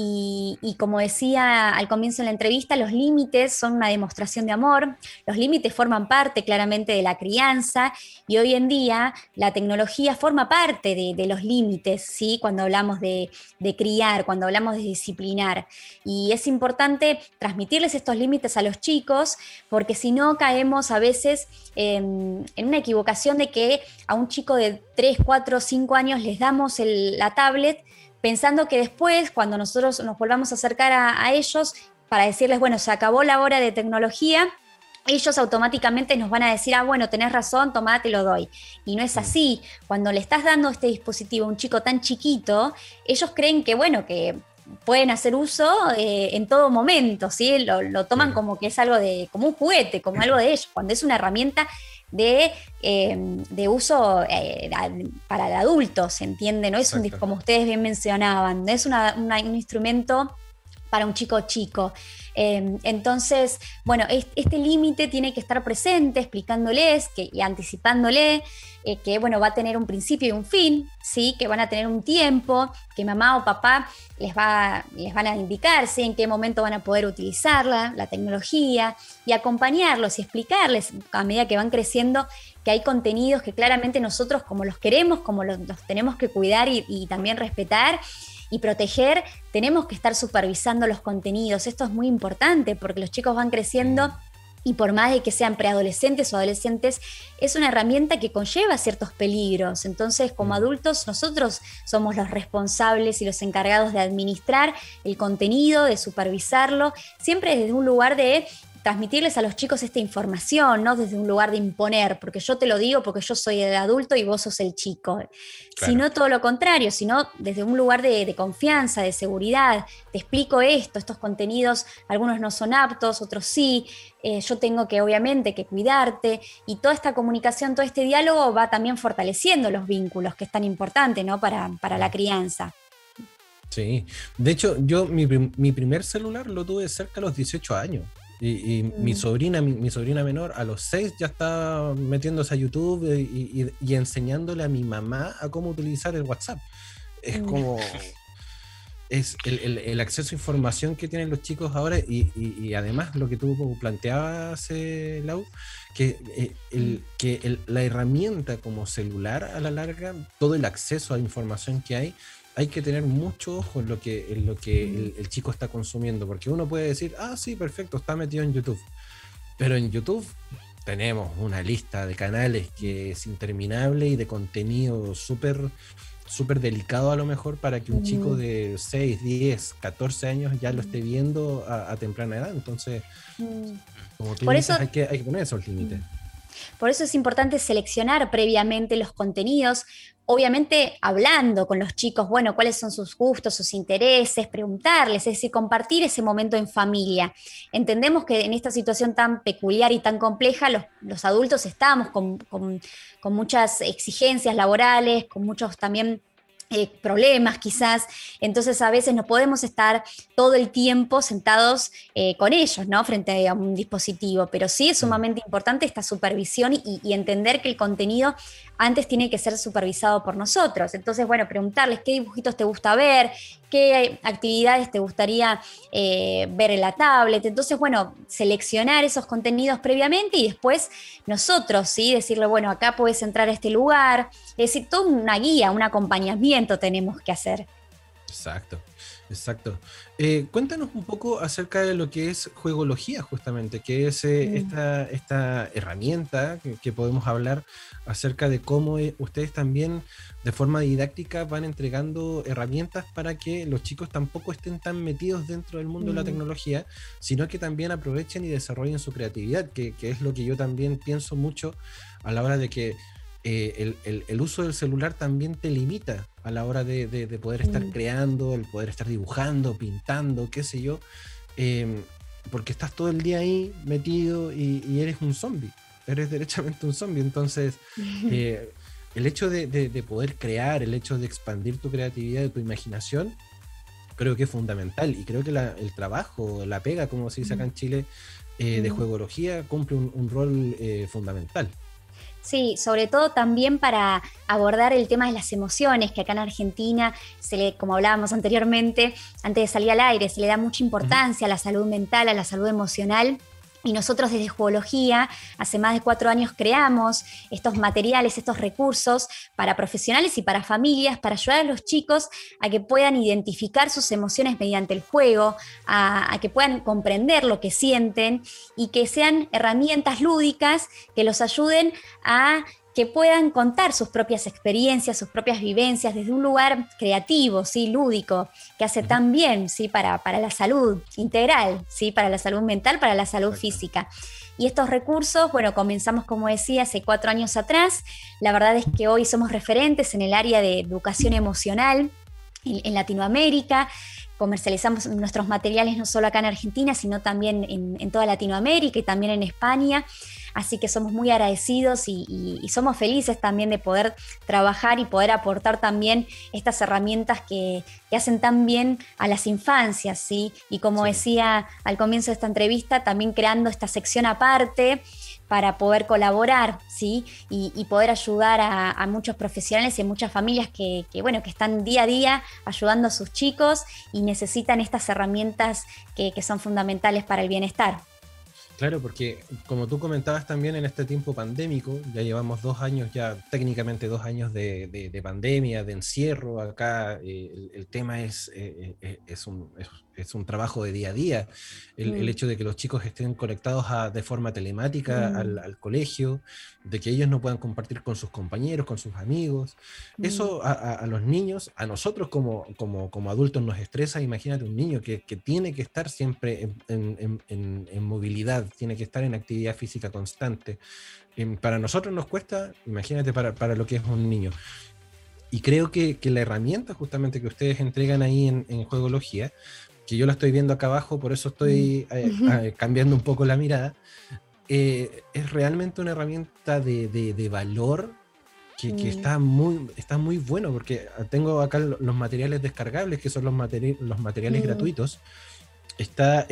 y como decía al comienzo de la entrevista, los límites son una demostración de amor, los límites forman parte claramente de la crianza, y hoy en día la tecnología forma parte de los límites, ¿sí?, cuando hablamos de criar, cuando hablamos de disciplinar. Y es importante transmitirles estos límites a los chicos, porque si no caemos a veces en una equivocación de que a un chico de 3, 4, 5 años les damos la tablet pensando que después, cuando nosotros nos volvamos a acercar a ellos para decirles, bueno, se acabó la hora de tecnología, ellos automáticamente nos van a decir, ah, bueno, tenés razón, tomá, te lo doy. Y no es así. Cuando le estás dando este dispositivo a un chico tan chiquito, ellos creen que, bueno, que pueden hacer uso en todo momento, ¿sí? Lo toman como que es algo como un juguete, como algo de ellos, cuando es una herramienta de uso para el adulto, ¿se entiende? No es como ustedes bien mencionaban, no es un instrumento para un chico chico. Entonces, bueno, este límite tiene que estar presente, explicándoles y anticipándole que, bueno, va a tener un principio y un fin, ¿sí? Que van a tener un tiempo, que mamá o papá les van a indicar, ¿sí? En qué momento van a poder utilizarla, la tecnología, y acompañarlos y explicarles a medida que van creciendo que hay contenidos que claramente nosotros, como los queremos, como los tenemos que cuidar y también respetar y proteger, tenemos que estar supervisando los contenidos. Esto es muy importante porque los chicos van creciendo y por más de que sean preadolescentes o adolescentes, es una herramienta que conlleva ciertos peligros. Entonces, como adultos, nosotros somos los responsables y los encargados de administrar el contenido, de supervisarlo, siempre desde un lugar de transmitirles a los chicos esta información, no desde un lugar de imponer, porque yo te lo digo porque yo soy el adulto y vos sos el chico. Claro. Sino todo lo contrario, sino desde un lugar de confianza, de seguridad. Te explico estos contenidos, algunos no son aptos, otros sí. Yo tengo que, obviamente, que cuidarte, y toda esta comunicación, todo este diálogo va también fortaleciendo los vínculos, que es tan importante, ¿no? para la crianza. Sí, de hecho, yo mi primer celular lo tuve cerca a los 18 años. Y mi sobrina menor a los 6 ya está metiéndose a YouTube y enseñándole a mi mamá a cómo utilizar el WhatsApp. Es como... Es el acceso a información que tienen los chicos ahora y además lo que tú planteabas, Lau, que la herramienta como celular a la larga, todo el acceso a información que hay que tener mucho ojo en lo que el chico está consumiendo, porque uno puede decir, sí, perfecto, está metido en YouTube, pero en YouTube tenemos una lista de canales que es interminable y de contenido súper delicado a lo mejor para que un chico de 6, 10, 14 años ya lo esté viendo a temprana edad. Entonces, como tú dices, hay que poner esos límites. Por eso es importante seleccionar previamente los contenidos, obviamente hablando con los chicos, bueno, cuáles son sus gustos, sus intereses, preguntarles, es decir, compartir ese momento en familia. Entendemos que en esta situación tan peculiar y tan compleja, los adultos estamos con muchas exigencias laborales, con muchos también problemas quizás, entonces a veces no podemos estar todo el tiempo sentados con ellos, ¿no? Frente a un dispositivo, pero sí es sumamente importante esta supervisión y entender que el contenido antes tiene que ser supervisado por nosotros. Entonces, bueno, preguntarles qué dibujitos te gusta ver, qué actividades te gustaría ver en la tablet. Entonces, bueno, seleccionar esos contenidos previamente y después nosotros, ¿sí? Decirle, bueno, acá puedes entrar a este lugar. Es decir, toda una guía, un acompañamiento tenemos que hacer. Exacto. Cuéntanos un poco acerca de lo que es juegología, justamente, que es esta herramienta que podemos hablar acerca de cómo ustedes también de forma didáctica van entregando herramientas para que los chicos tampoco estén tan metidos dentro del mundo de la tecnología, sino que también aprovechen y desarrollen su creatividad, que es lo que yo también pienso mucho a la hora de que el uso del celular también te limita a la hora de poder estar creando, el poder estar dibujando, pintando, qué sé yo, porque estás todo el día ahí metido y eres un zombie, eres derechamente un zombie. Entonces el hecho de poder crear, el hecho de expandir tu creatividad, tu imaginación, creo que es fundamental, y creo que el trabajo, la pega, como se dice acá en Chile, de juegología cumple un rol fundamental. Sí, sobre todo también para abordar el tema de las emociones, que acá en Argentina, como hablábamos anteriormente, antes de salir al aire, se le da mucha importancia a la salud mental, a la salud emocional. Y nosotros desde Juegología, hace más de 4 años creamos estos materiales, estos recursos para profesionales y para familias, para ayudar a los chicos a que puedan identificar sus emociones mediante el juego, a que puedan comprender lo que sienten y que sean herramientas lúdicas que los ayuden a que puedan contar sus propias experiencias, sus propias vivencias desde un lugar creativo, ¿sí? Lúdico, que hace tan bien, ¿sí? para la salud integral, ¿sí? Para la salud mental, para la salud física. Y estos recursos, bueno, comenzamos, como decía, hace 4 años atrás. La verdad es que hoy somos referentes en el área de educación emocional en Latinoamérica. Comercializamos nuestros materiales no solo acá en Argentina, sino también en toda Latinoamérica y también en España. así que somos muy agradecidos y somos felices también de poder trabajar y poder aportar también estas herramientas que hacen tan bien a las infancias, ¿sí? Y como decía al comienzo de esta entrevista, también creando esta sección aparte para poder colaborar, ¿sí? Y poder ayudar a muchos profesionales y a muchas familias que están día a día ayudando a sus chicos y necesitan estas herramientas que son fundamentales para el bienestar. Claro, porque como tú comentabas también en este tiempo pandémico, ya llevamos 2 años, ya técnicamente 2 años de pandemia, de encierro. Acá el tema es un trabajo de día a día. El hecho de que los chicos estén conectados de forma telemática al colegio, de que ellos no puedan compartir con sus compañeros, con sus amigos. Eso a los niños, a nosotros como adultos nos estresa. Imagínate un niño que tiene que estar siempre en movilidad, tiene que estar en actividad física constante. Para nosotros nos cuesta, imagínate para lo que es un niño. Y creo que la herramienta justamente que ustedes entregan ahí en Juegología, que yo la estoy viendo acá abajo, por eso estoy cambiando un poco la mirada, es realmente una herramienta de valor que está muy bueno, porque tengo acá los materiales descargables, que son los materiales gratuitos. Está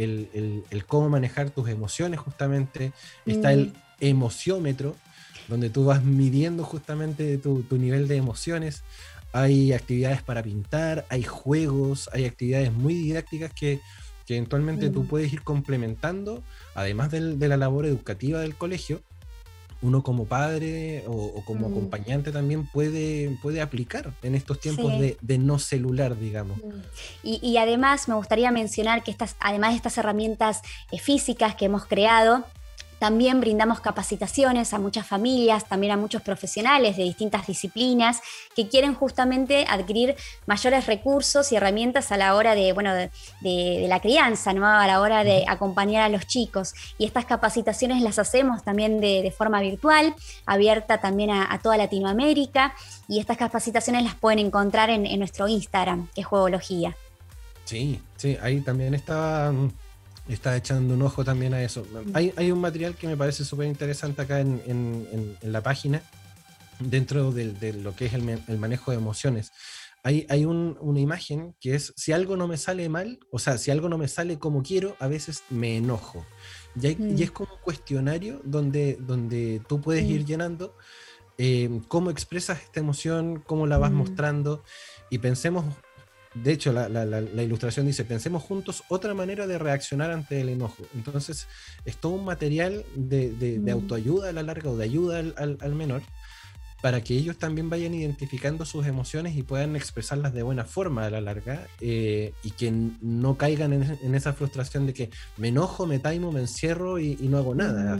el cómo manejar tus emociones justamente, está el emociómetro, donde tú vas midiendo justamente tu nivel de emociones. Hay actividades para pintar, hay juegos, hay actividades muy didácticas que eventualmente tú puedes ir complementando, además de la labor educativa del colegio. Uno como padre o como acompañante también puede aplicar en estos tiempos de no celular, digamos. Y además me gustaría mencionar que además de estas herramientas físicas que hemos creado, también brindamos capacitaciones a muchas familias, también a muchos profesionales de distintas disciplinas que quieren justamente adquirir mayores recursos y herramientas a la hora de la crianza, ¿no? A la hora de acompañar a los chicos. Y estas capacitaciones las hacemos también de forma virtual, abierta también a toda Latinoamérica, y estas capacitaciones las pueden encontrar en nuestro Instagram, que es Juegología. Sí, ahí también está echando un ojo también a eso. Hay un material que me parece súper interesante acá en la página, dentro de lo que es el manejo de emociones. Hay una imagen que es: si algo no me sale mal, o sea, si algo no me sale como quiero, a veces me enojo. Y es como un cuestionario donde tú puedes ir llenando cómo expresas esta emoción, cómo la vas mostrando, y pensemos. De hecho, la ilustración dice: pensemos juntos otra manera de reaccionar ante el enojo. Entonces, es todo un material de autoayuda a la larga, o de ayuda al menor, para que ellos también vayan identificando sus emociones y puedan expresarlas de buena forma a la larga, y que no caigan en esa frustración de que me enojo, me taimo, me encierro y no hago nada.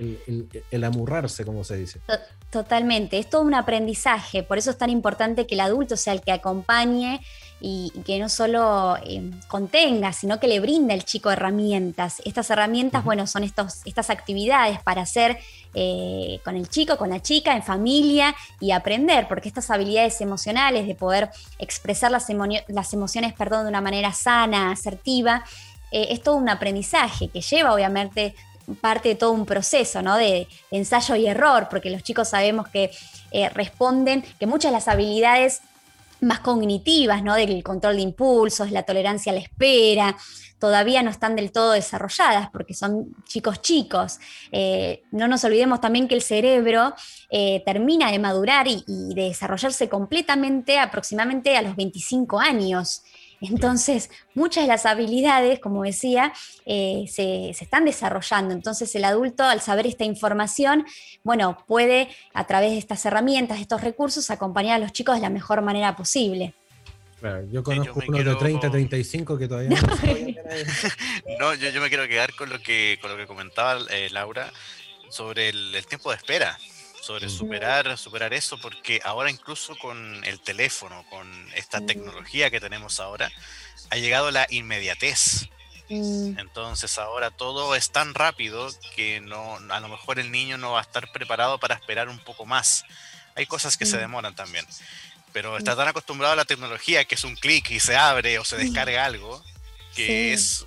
El amurrarse, como se dice. Totalmente, es todo un aprendizaje, por eso es tan importante que el adulto sea el que acompañe y que no solo contenga, sino que le brinde al chico herramientas. Estas herramientas, son estas actividades para hacer con el chico, con la chica, en familia, y aprender, porque estas habilidades emocionales de poder expresar las emociones de una manera sana, asertiva, es todo un aprendizaje que lleva obviamente parte de todo un proceso, ¿no? de ensayo y error, porque los chicos sabemos que responden, que muchas de las habilidades más cognitivas, ¿no? Del control de impulsos, la tolerancia a la espera, todavía no están del todo desarrolladas porque son chicos. No nos olvidemos también que el cerebro termina de madurar y de desarrollarse completamente aproximadamente a los 25 años. Entonces, muchas de las habilidades, como decía, se están desarrollando. Entonces, el adulto, al saber esta información, puede, a través de estas herramientas, estos recursos, acompañar a los chicos de la mejor manera posible. Claro, yo conozco unos de 30, 35 que todavía no sabían. No, yo me quiero quedar con lo que comentaba Laura sobre el tiempo de espera, sobre superar eso, porque ahora incluso con el teléfono, con esta tecnología que tenemos ahora, ha llegado la inmediatez. Entonces ahora todo es tan rápido que a lo mejor el niño no va a estar preparado para esperar un poco más. Hay cosas que se demoran también, pero está tan acostumbrado a la tecnología que es un clic y se abre o se descarga algo, que es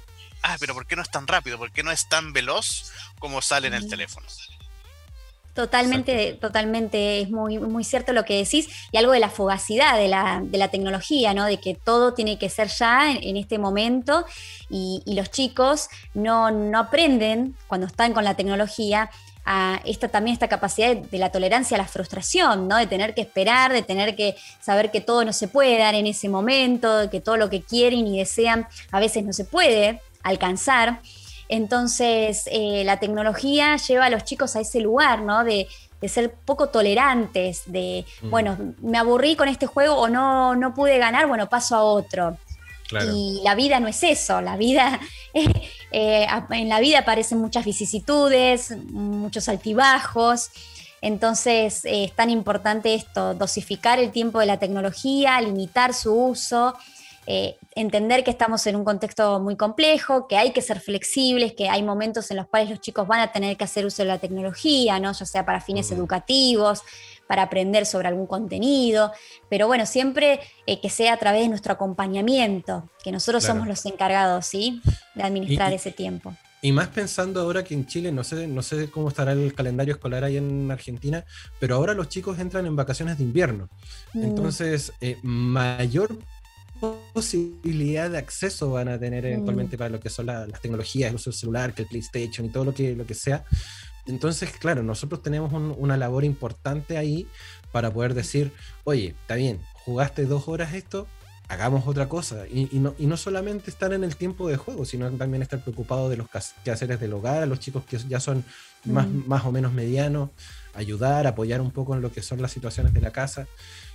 pero ¿por qué no es tan rápido? ¿Por qué no es tan veloz como sale en el teléfono? Totalmente, Exacto. totalmente, es muy, muy cierto lo que decís, y algo de la fugacidad de la tecnología, ¿no? De que todo tiene que ser ya en este momento, y los chicos no aprenden cuando están con la tecnología a también esta capacidad de la tolerancia a la frustración, ¿no? De tener que esperar, de tener que saber que todo no se puede dar en ese momento, de que todo lo que quieren y desean a veces no se puede alcanzar. Entonces, la tecnología lleva a los chicos a ese lugar, ¿no? De ser poco tolerantes, de, bueno, me aburrí con este juego o no pude ganar, bueno, paso a otro. Claro. Y la vida no es eso, la vida, en la vida aparecen muchas vicisitudes, muchos altibajos. Entonces, es tan importante esto, dosificar el tiempo de la tecnología, limitar su uso, entender que estamos en un contexto muy complejo, que hay que ser flexibles, que hay momentos en los cuales los chicos van a tener que hacer uso de la tecnología, ¿no? Ya sea para fines educativos, para aprender sobre algún contenido, pero bueno, siempre que sea a través de nuestro acompañamiento, que nosotros somos los encargados, ¿sí? De administrar ese tiempo. Y más pensando ahora que en Chile, no sé cómo estará el calendario escolar ahí en Argentina, pero ahora los chicos entran en vacaciones de invierno. Entonces, mayor posibilidad de acceso van a tener eventualmente para lo que son las tecnologías, el uso del celular, que el PlayStation y todo lo que sea. Entonces, claro, nosotros tenemos una labor importante ahí para poder decir, oye, está bien, jugaste 2 horas esto, hagamos otra cosa. Y no solamente estar en el tiempo de juego, sino también estar preocupado de los quehaceres del hogar, a los chicos que ya son más o menos medianos, ayudar, apoyar un poco en lo que son las situaciones de la casa.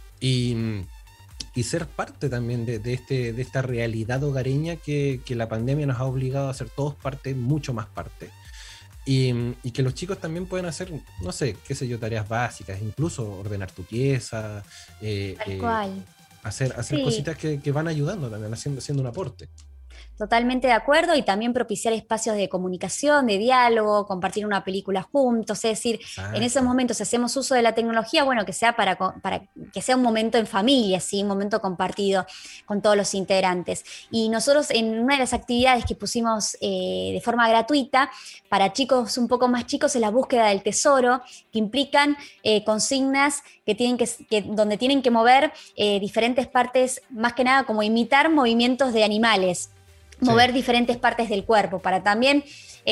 Y ser parte también de esta realidad hogareña que la pandemia nos ha obligado a ser todos parte, mucho más parte. Y que los chicos también pueden hacer, no sé, qué sé yo, tareas básicas, incluso ordenar tu pieza, Tal cual. hacer Sí. cositas que van ayudando también, haciendo un aporte. Totalmente de acuerdo, y también propiciar espacios de comunicación, de diálogo, compartir una película juntos, es decir, en esos Exacto. momentos si hacemos uso de la tecnología, bueno, que sea para que sea un momento en familia, ¿sí? Un momento compartido con todos los integrantes. Y nosotros en una de las actividades que pusimos de forma gratuita para chicos un poco más chicos es la búsqueda del tesoro, que implican consignas donde tienen que mover diferentes partes, más que nada como imitar movimientos de animales, mover diferentes partes del cuerpo, para también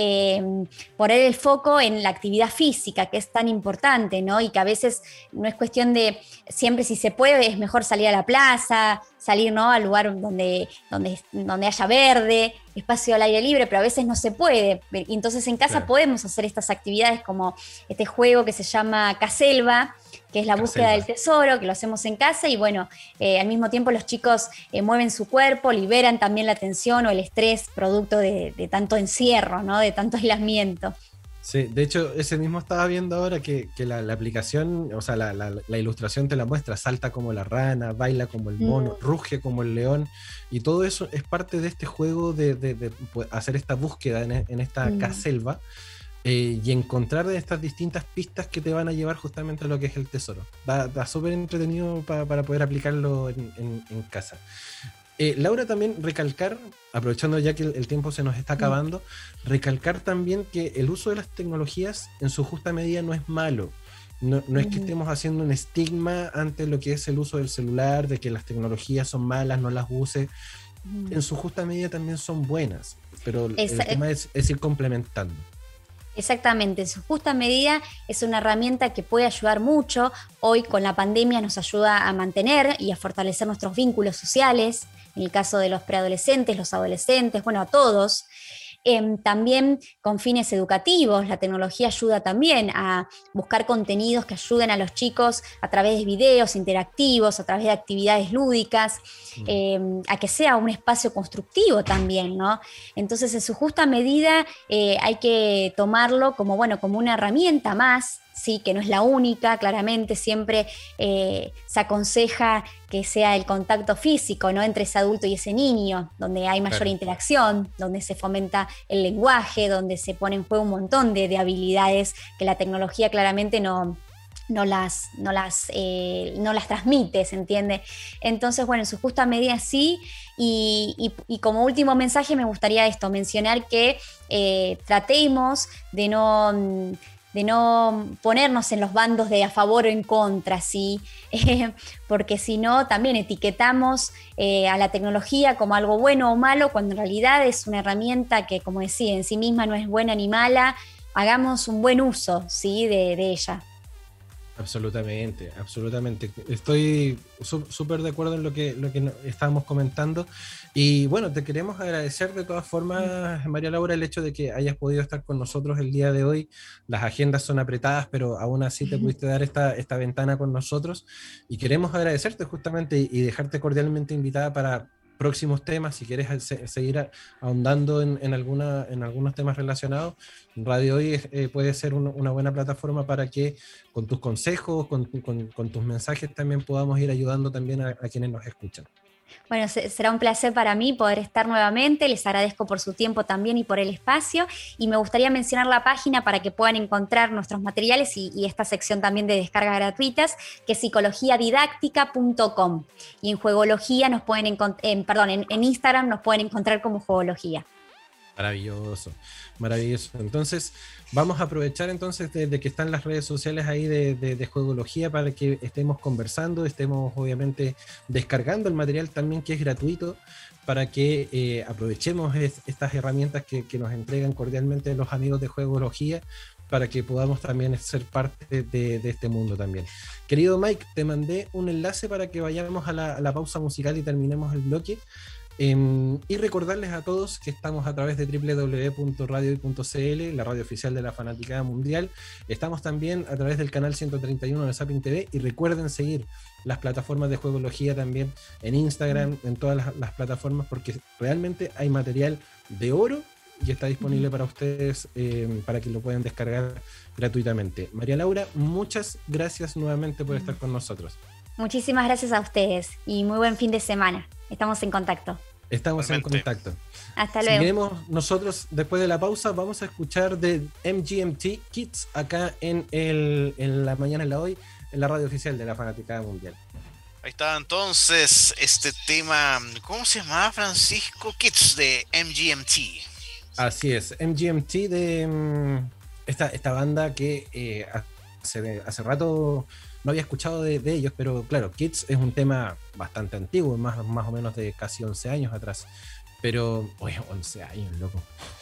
poner el foco en la actividad física, que es tan importante, ¿no? Y que a veces no es cuestión de, siempre si se puede, es mejor salir a la plaza, salir, ¿no?, al lugar donde haya verde, espacio al aire libre, pero a veces no se puede. Y entonces en casa podemos hacer estas actividades como este juego que se llama Caselva, que es la búsqueda del tesoro, que lo hacemos en casa, y bueno, al mismo tiempo los chicos mueven su cuerpo, liberan también la tensión o el estrés producto de tanto encierro, ¿no? De tanto aislamiento. Sí, de hecho, ese mismo estaba viendo ahora que la aplicación, o sea, la ilustración te la muestra, salta como la rana, baila como el mono, ruge como el león, y todo eso es parte de este juego de hacer esta búsqueda en esta caselva, y encontrar de estas distintas pistas que te van a llevar justamente a lo que es el tesoro. Da súper entretenido para poder aplicarlo en casa. Laura, también recalcar, aprovechando ya que el tiempo se nos está acabando, recalcar también que el uso de las tecnologías en su justa medida no es malo. No es que estemos haciendo un estigma ante lo que es el uso del celular, de que las tecnologías son malas, no las use. En su justa medida también son buenas, pero el tema es ir complementando. Exactamente, en su justa medida es una herramienta que puede ayudar mucho. Hoy con la pandemia nos ayuda a mantener y a fortalecer nuestros vínculos sociales, en el caso de los preadolescentes, los adolescentes, bueno, a todos. También con fines educativos, la tecnología ayuda también a buscar contenidos que ayuden a los chicos a través de videos interactivos, a través de actividades lúdicas, a que sea un espacio constructivo también, ¿no? Entonces, en su justa medida hay que tomarlo como, bueno, como una herramienta más, sí, que no es la única, claramente siempre se aconseja que sea el contacto físico, ¿no?, entre ese adulto y ese niño, donde hay mayor interacción, donde se fomenta el lenguaje, donde se pone en juego un montón de habilidades que la tecnología claramente no no las transmite, ¿se entiende? Entonces, bueno, en su justa medida sí, y como último mensaje me gustaría mencionar que tratemos de no ponernos en los bandos de a favor o en contra, ¿sí? Porque si no, también etiquetamos a la tecnología como algo bueno o malo, cuando en realidad es una herramienta que, como decía, en sí misma no es buena ni mala. Hagamos un buen uso, ¿sí? de ella. Absolutamente, absolutamente. Estoy súper de acuerdo en lo que estábamos comentando. Y bueno, te queremos agradecer de todas formas, María Laura, el hecho de que hayas podido estar con nosotros el día de hoy. Las agendas son apretadas, pero aún así te pudiste dar esta ventana con nosotros. Y queremos agradecerte justamente y dejarte cordialmente invitada para próximos temas, si quieres seguir ahondando en algunos temas relacionados. Radio Hoy puede ser una buena plataforma para que con tus consejos, con tus mensajes también podamos ir ayudando también a quienes nos escuchan. Bueno, será un placer para mí poder estar nuevamente. Les agradezco por su tiempo también y por el espacio. Y me gustaría mencionar la página para que puedan encontrar nuestros materiales y esta sección también de descargas gratuitas, que es psicologiadidáctica.com. Y en Juegología nos pueden en Instagram nos pueden encontrar como Juegología. Maravilloso, maravilloso. Entonces, vamos a aprovechar entonces de que están las redes sociales ahí de Juegología para que estemos conversando, estemos obviamente descargando el material también que es gratuito para que aprovechemos estas herramientas que nos entregan cordialmente los amigos de Juegología para que podamos también ser parte de este mundo también. Querido Mike, te mandé un enlace para que vayamos a la pausa musical y terminemos el bloque. Y recordarles a todos que estamos a través de www.radiohoy.cl, la radio oficial de la Fanaticada Mundial. Estamos también a través del canal 131 de Zapping TV, y recuerden seguir las plataformas de Juegología también en Instagram, en todas las plataformas, porque realmente hay material de oro y está disponible para ustedes, para que lo puedan descargar gratuitamente. María Laura, muchas gracias nuevamente por estar con nosotros. Muchísimas gracias a ustedes y muy buen fin de semana. Estamos en contacto. Estamos en contacto. Hasta luego. Seguiremos nosotros después de la pausa. Vamos a escuchar de MGMT Kids acá en la mañana en la hoy, en la radio oficial de la Fanaticada Mundial. Ahí está entonces este tema, ¿cómo se llamaba, Francisco? Kids de MGMT. Así es, MGMT de esta banda que hace rato no había escuchado de ellos, pero claro, Kids es un tema bastante antiguo, más o menos de casi 11 años atrás. Pero, oye, 11 años, loco.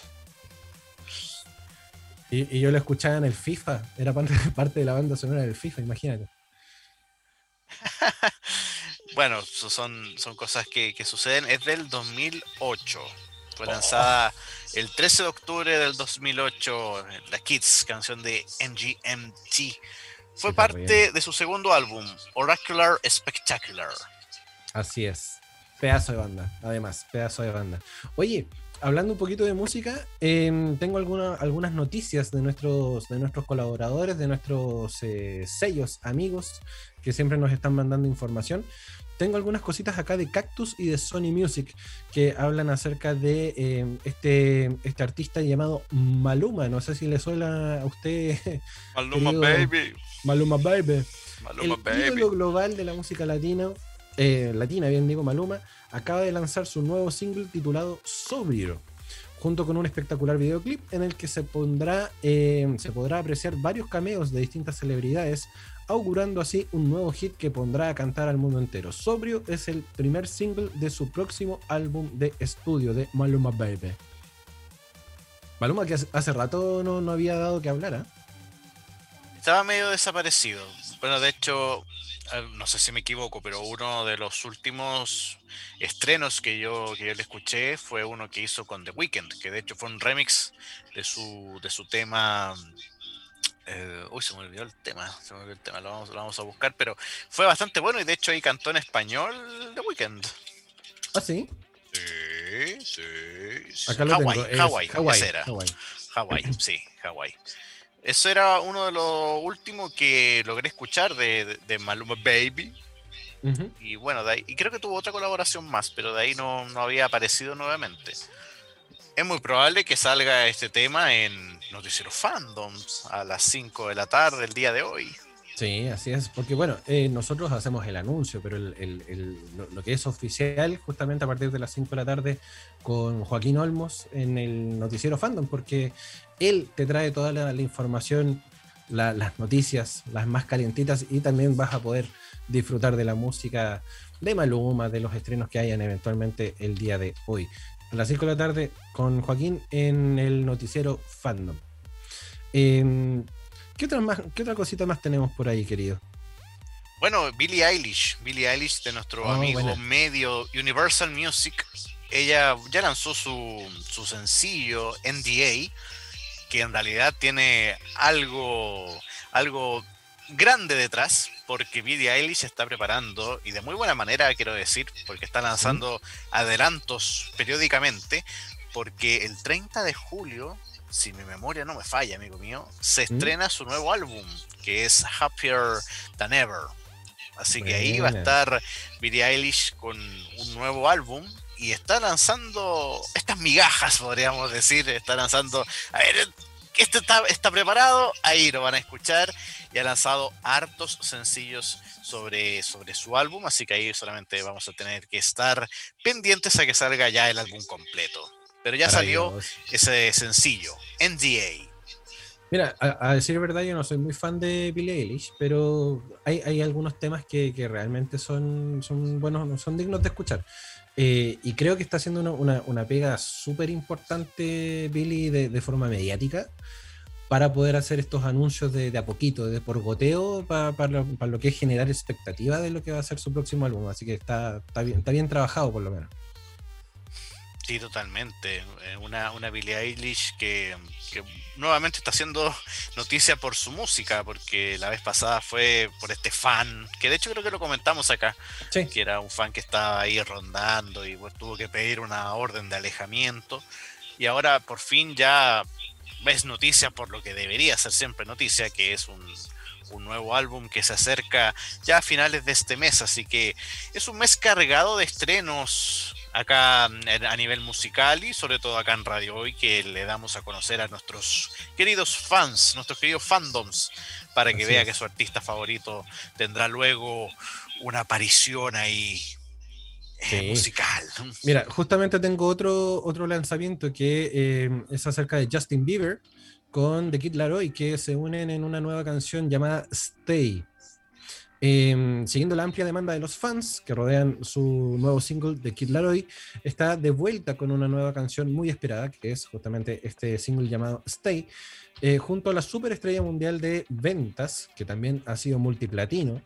Y yo lo escuchaba en el FIFA, era parte de la banda sonora del FIFA, imagínate. Bueno, son cosas que suceden. Es del 2008. Fue lanzada el 13 de octubre del 2008, la Kids, canción de MGMT. Fue parte de su segundo álbum, Oracular Spectacular. Así es. Pedazo de banda, además, pedazo de banda. Oye, hablando un poquito de música, tengo algunas noticias de nuestros colaboradores, de nuestros sellos amigos que siempre nos están mandando información. Tengo algunas cositas acá de Cactus y de Sony Music que hablan acerca de este artista llamado Maluma. No sé si le suena a usted. Maluma Baby. Maluma Baby. Maluma El ídolo global de la música latina, bien digo, Maluma, acaba de lanzar su nuevo single titulado Sobrio, junto con un espectacular videoclip en el que se podrá apreciar varios cameos de distintas celebridades, augurando así un nuevo hit que pondrá a cantar al mundo entero. Sobrio es el primer single de su próximo álbum de estudio de Maluma Baby. Maluma, que hace rato no había dado que hablar, ¿eh? Estaba medio desaparecido. Bueno, de hecho, no sé si me equivoco, pero uno de los últimos estrenos que yo le escuché fue uno que hizo con The Weeknd, que de hecho fue un remix de su tema. Se me olvidó el tema, lo vamos a buscar, pero fue bastante bueno y de hecho ahí cantó en español The Weeknd. ¿Ah, sí? Sí. Acá lo tengo. Hawái. Sí, Hawái. Eso era uno de los últimos que logré escuchar de Maluma Baby. Uh-huh. Y bueno, de ahí, y creo que tuvo otra colaboración más, pero de ahí no había aparecido nuevamente. Es muy probable que salga este tema en Noticiero Fandoms a las 5 de la tarde el día de hoy. Sí, así es, porque bueno, nosotros hacemos el anuncio, pero lo que es oficial justamente a partir de las 5 de la tarde con Joaquín Olmos en el noticiero Fandom, porque él te trae toda la información, las noticias, las más calientitas, y también vas a poder disfrutar de la música de Maluma, de los estrenos que hayan eventualmente el día de hoy. A las 5 de la tarde con Joaquín en el noticiero Fandom. Eh, ¿qué otra cosita más tenemos por ahí, querido? Bueno, Billie Eilish de nuestro Oh, amigo buena. medio Universal Music, ella ya lanzó su sencillo NDA, que en realidad tiene algo grande detrás, porque Billie Eilish está preparando, y de muy buena manera quiero decir, porque está ¿Mm? lanzando adelantos periódicamente, porque el 30 de julio, si mi memoria no me falla, amigo mío, se ¿Mm? estrena su nuevo álbum, que es Happier Than Ever. Así que ahí va a Buena. estar Billie Eilish con un nuevo álbum y está lanzando estas migajas, podríamos decir. Está lanzando, a ver, este está preparado, ahí lo van a escuchar. Y ha lanzado hartos sencillos sobre su álbum, así que ahí solamente vamos a tener que estar pendientes a que salga ya el álbum completo. Pero ya salió Maravilloso. ese sencillo, NDA. Mira, a decir verdad, yo no soy muy fan de Billie Eilish, pero hay algunos temas que realmente son buenos, son dignos de escuchar. Y creo que está haciendo una pega súper importante Billie de forma mediática para poder hacer estos anuncios de a poquito, de por goteo, para lo que es generar expectativa de lo que va a ser su próximo álbum. Así que está bien trabajado, por lo menos. Sí, totalmente. Una Billie Eilish que nuevamente está haciendo noticia por su música, porque la vez pasada fue por este fan, que de hecho creo que lo comentamos acá, Sí, que era un fan que estaba ahí rondando y pues, tuvo que pedir una orden de alejamiento. Y ahora por fin ya es noticia por lo que debería ser siempre noticia, que es un nuevo álbum que se acerca ya a finales de este mes, así que es un mes cargado de estrenos acá a nivel musical y sobre todo acá en Radio Hoy, que le damos a conocer a nuestros queridos fans, nuestros queridos fandoms, para que así vea que es. su artista favorito tendrá luego una aparición ahí Sí. musical. Mira, justamente tengo otro lanzamiento que es acerca de Justin Bieber con The Kid Laroi, que se unen en una nueva canción llamada Stay. Siguiendo la amplia demanda de los fans que rodean su nuevo single de Kid Laroi, está de vuelta con una nueva canción muy esperada, que es justamente este single llamado Stay, junto a la superestrella mundial de ventas, que también ha sido multiplatino,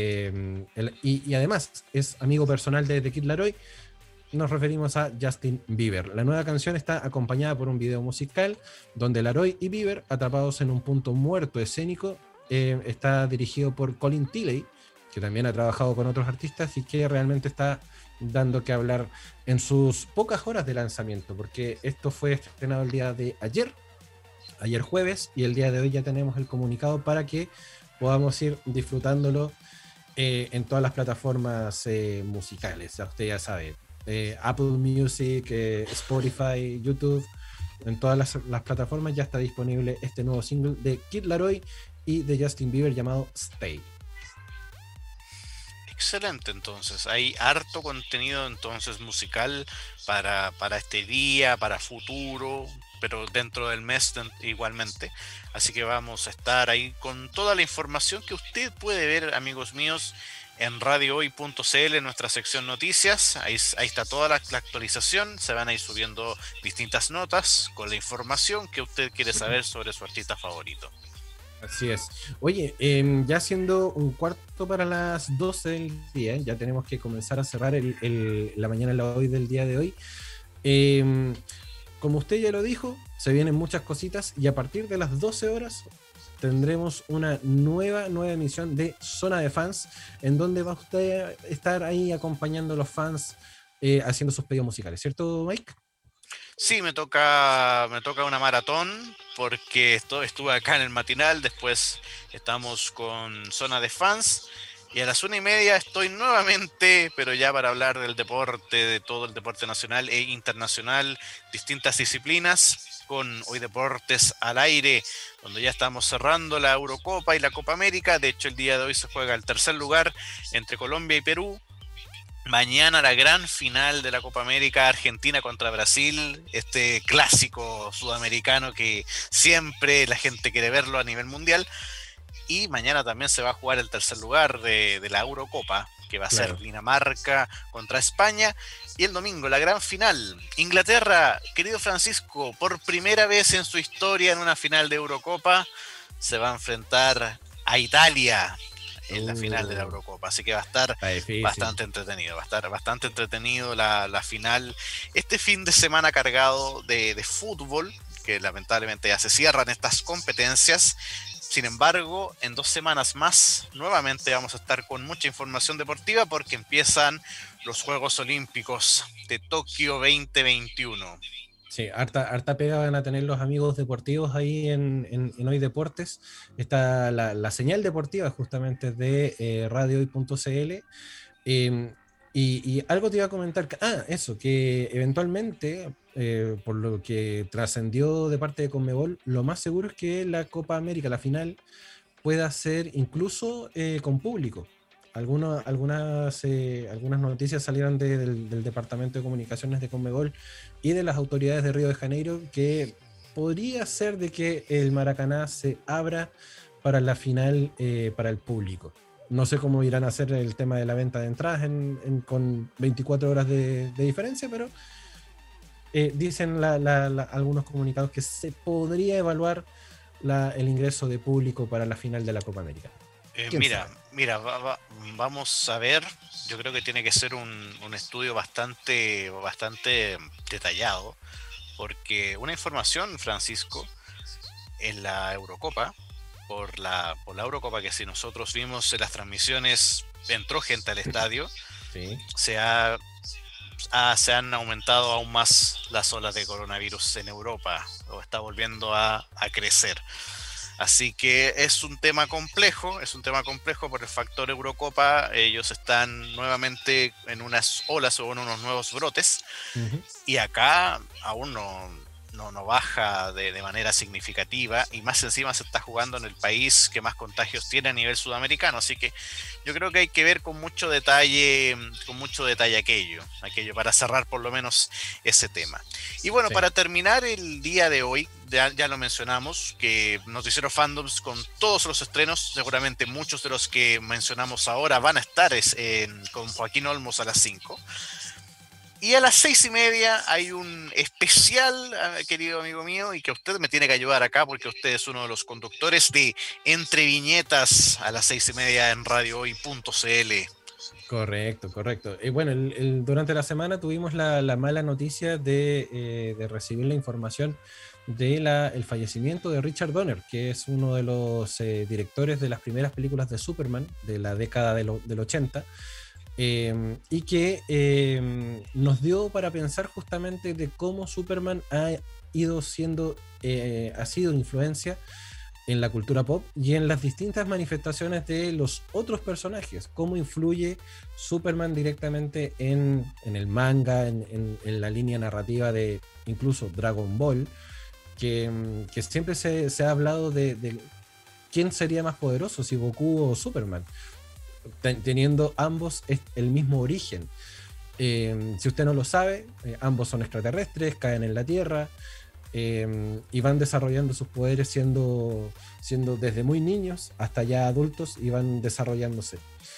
y además es amigo personal de The Kid Laroi. Nos referimos a Justin Bieber. La nueva canción está acompañada por un video musical donde Laroi y Bieber, atrapados en un punto muerto escénico, está dirigido por Colin Tilley, que también ha trabajado con otros artistas y que realmente está dando que hablar en sus pocas horas de lanzamiento, porque esto fue estrenado el día de ayer jueves, y el día de hoy ya tenemos el comunicado para que podamos ir disfrutándolo en todas las plataformas musicales. Ya usted ya sabe, Apple Music, Spotify, YouTube, en todas las plataformas ya está disponible este nuevo single de Kid Laroi y de Justin Bieber llamado Stay. Excelente, entonces hay harto contenido entonces musical para este día, para futuro, pero dentro del mes igualmente. Así que vamos a estar ahí con toda la información que usted puede ver, amigos míos, en radiohoy.cl, en nuestra sección noticias. Ahí está toda la actualización. Se van a ir subiendo distintas notas con la información que usted quiere saber sobre su artista favorito. Así es. Oye, ya siendo un cuarto para las 12 del día, ya tenemos que comenzar a cerrar la mañana la hoy del día de hoy. Em, Como usted ya lo dijo, se vienen muchas cositas y a partir de las 12 horas tendremos una nueva emisión de Zona de Fans, en donde va usted a estar ahí acompañando a los fans haciendo sus pedidos musicales, ¿cierto, Mike? Sí, me toca una maratón porque estuve acá en el matinal, después estamos con zona de fans y a las 1:30 estoy nuevamente, pero ya para hablar del deporte, de todo el deporte nacional e internacional, distintas disciplinas. con Hoy Deportes al aire, donde ya estamos cerrando la Eurocopa y la Copa América. De hecho, el día de hoy se juega el tercer lugar entre Colombia y Perú. Mañana la gran final de la Copa América, Argentina contra Brasil, este clásico sudamericano que siempre la gente quiere verlo a nivel mundial. Y mañana también se va a jugar el tercer lugar de la Eurocopa, que va a ser Dinamarca contra España. Y el domingo, la gran final. Inglaterra, querido Francisco, por primera vez en su historia en una final de Eurocopa, se va a enfrentar a Italia en la final de la Eurocopa. Así que va a estar bastante entretenido. Va a estar bastante entretenido la final. Este fin de semana cargado de fútbol, que lamentablemente ya se cierran estas competencias. Sin embargo, en 2 semanas más, nuevamente vamos a estar con mucha información deportiva porque empiezan los Juegos Olímpicos de Tokio 2021. Sí, harta pega van a tener los amigos deportivos ahí en Hoy Deportes. Está la señal deportiva justamente de radiohoy.cl. Y algo te iba a comentar, eso, que eventualmente, por lo que trascendió de parte de Conmebol, lo más seguro es que la Copa América, la final, pueda ser incluso con público. Algunas noticias salieron del Departamento de Comunicaciones de Conmebol y de las autoridades de Río de Janeiro que podría ser de que el Maracaná se abra para la final para el público. No sé cómo irán a hacer el tema de la venta de entradas con 24 horas de diferencia, pero dicen algunos comunicados que se podría evaluar el ingreso de público para la final de la Copa América. Vamos a ver. Yo creo que tiene que ser un estudio bastante detallado, porque una información, Francisco, en la Eurocopa, por la Eurocopa, que si nosotros vimos en las transmisiones, entró gente al estadio, sí. Se han aumentado aún más las olas de coronavirus en Europa, o está volviendo a crecer. Así que es un tema complejo por el factor Eurocopa. Ellos están nuevamente en unas olas o en unos nuevos brotes, y acá aún no baja de manera significativa, y más encima se está jugando en el país que más contagios tiene a nivel sudamericano. Así que yo creo que hay que ver con mucho detalle aquello para cerrar por lo menos ese tema. Y bueno, sí, para terminar el día de hoy, ya lo mencionamos, que Noticiero Fandoms con todos los estrenos, seguramente muchos de los que mencionamos ahora van a estar con Joaquín Olmos a las 5. Y a las 6:30 hay un especial, querido amigo mío, y que usted me tiene que ayudar acá porque usted es uno de los conductores de Entre Viñetas a las 6:30 en radiohoy.cl. Correcto. Bueno, durante la semana tuvimos la mala noticia de recibir la información del fallecimiento de Richard Donner, que es uno de los directores de las primeras películas de Superman de la década del 80. Y que nos dio para pensar justamente de cómo Superman ha sido influencia en la cultura pop y en las distintas manifestaciones de los otros personajes, cómo influye Superman directamente en el manga, en la línea narrativa de incluso Dragon Ball, que siempre se ha hablado de quién sería más poderoso, si Goku o Superman, teniendo ambos el mismo origen. Si usted no lo sabe, ambos son extraterrestres, caen en la Tierra y van desarrollando sus poderes siendo desde muy niños hasta ya adultos, y van desarrollándose.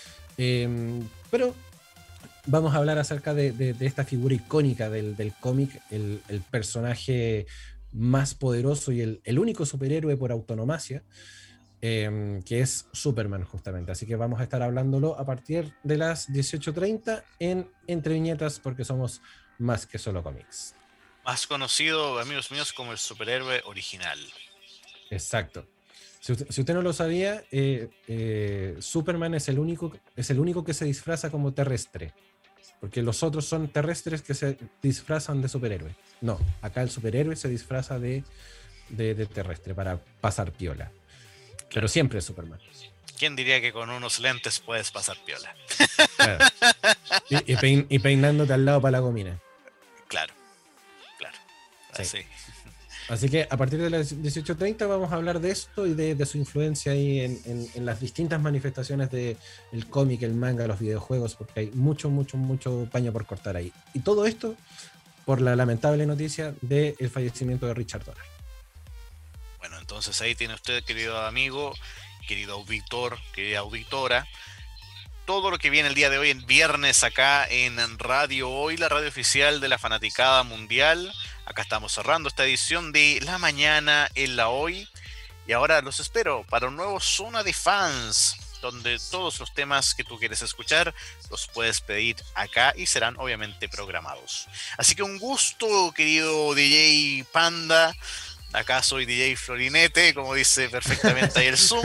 Pero vamos a hablar acerca de esta figura icónica del cómic, el personaje más poderoso y el único superhéroe por autonomacia, que es Superman justamente. Así que vamos a estar hablándolo a partir de las 18:30 en Entre Viñetas, porque somos más que solo cómics. Más conocido, amigos míos, como el superhéroe original. Exacto. Si usted no lo sabía, Superman es el único que se disfraza como terrestre, porque los otros son terrestres que se disfrazan de superhéroe. No, acá el superhéroe se disfraza de terrestre para pasar piola. Pero siempre es Superman. ¿Quién diría que con unos lentes puedes pasar piola? Claro. Y peinándote al lado para la gomina. Claro. Así. Así que a partir de las 18:30 vamos a hablar de esto y de su influencia ahí en las distintas manifestaciones del cómic, el manga, los videojuegos, porque hay mucho paño por cortar ahí. Y todo esto por la lamentable noticia del fallecimiento de Richard Donner. Bueno, entonces ahí tiene usted, querido amigo, querido auditor, querida auditora, todo lo que viene el día de hoy, en viernes, acá en Radio Hoy, la radio oficial de la Fanaticada Mundial. Acá estamos cerrando esta edición de La Mañana en la Hoy. Y ahora los espero para un nuevo Zona de Fans, donde todos los temas que tú quieres escuchar los puedes pedir acá y serán obviamente programados. Así que un gusto, querido DJ Panda. Acá soy DJ Florinete, como dice perfectamente ahí el Zoom.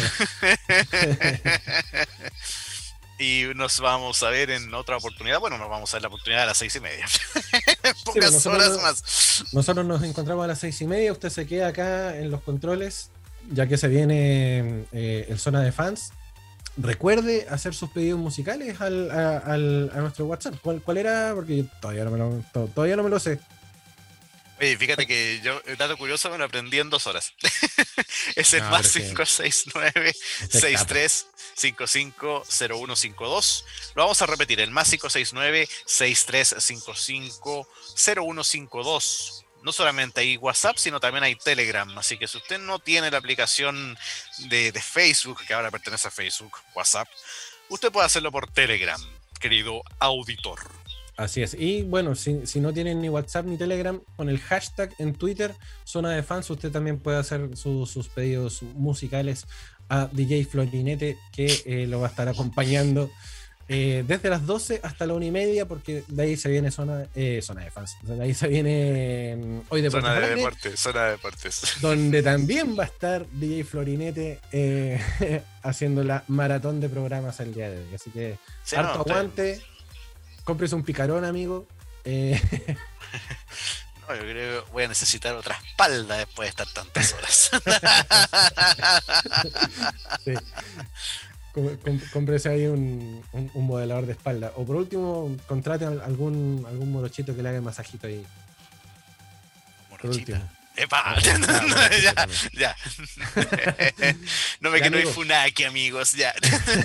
Y nos vamos a ver en otra oportunidad. Bueno, nos vamos a ver la oportunidad a las 6:30. Pocas horas más. Nosotros nos encontramos a las 6:30. Usted se queda acá en los controles, ya que se viene el Zona de Fans. Recuerde hacer sus pedidos musicales a nuestro WhatsApp. ¿Cuál era? Porque yo todavía no me lo sé. Oye, fíjate que yo, dato curioso, me lo aprendí en 2 horas. Es el más 569-6355-0152. Lo vamos a repetir, el más 569-6355-0152. No solamente hay WhatsApp, sino también hay Telegram. Así que si usted no tiene la aplicación de Facebook, que ahora pertenece a Facebook, WhatsApp, usted puede hacerlo por Telegram, querido auditor. Así es. Y bueno, si no tienen ni WhatsApp ni Telegram, con el hashtag en Twitter, Zona de Fans, usted también puede hacer sus pedidos musicales a DJ Florinete, que lo va a estar acompañando desde las 12 hasta la 1:30, porque de ahí se viene Zona de Fans. De ahí se viene Hoy Deportes. Zona de Deportes. Donde también va a estar DJ Florinete haciendo la maratón de programas el día de hoy. Así que sí, harto aguante. Cómprese un picarón, amigo. No, yo creo que voy a necesitar otra espalda después de estar tantas horas. Sí. Cómprese ahí un modelador de espalda. O por último, contrate algún morochito que le haga el masajito ahí. Por último. ¡Epa! Ya. No me quedo Funaki, amigos. Ya.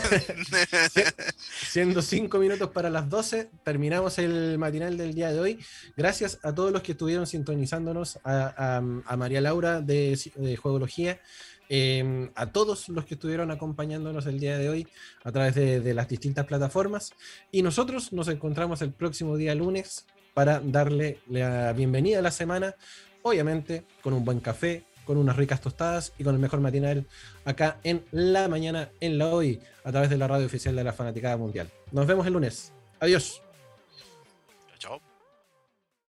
Siendo 5 minutos para las 12, terminamos el matinal del día de hoy. Gracias a todos los que estuvieron sintonizándonos, a María Laura de Juegología, a todos los que estuvieron acompañándonos el día de hoy a través de las distintas plataformas. Y nosotros nos encontramos el próximo día lunes para darle la bienvenida a la semana. Obviamente, con un buen café, con unas ricas tostadas y con el mejor matinal acá en La Mañana en la Hoy, a través de la radio oficial de la Fanaticada Mundial. Nos vemos el lunes. Adiós.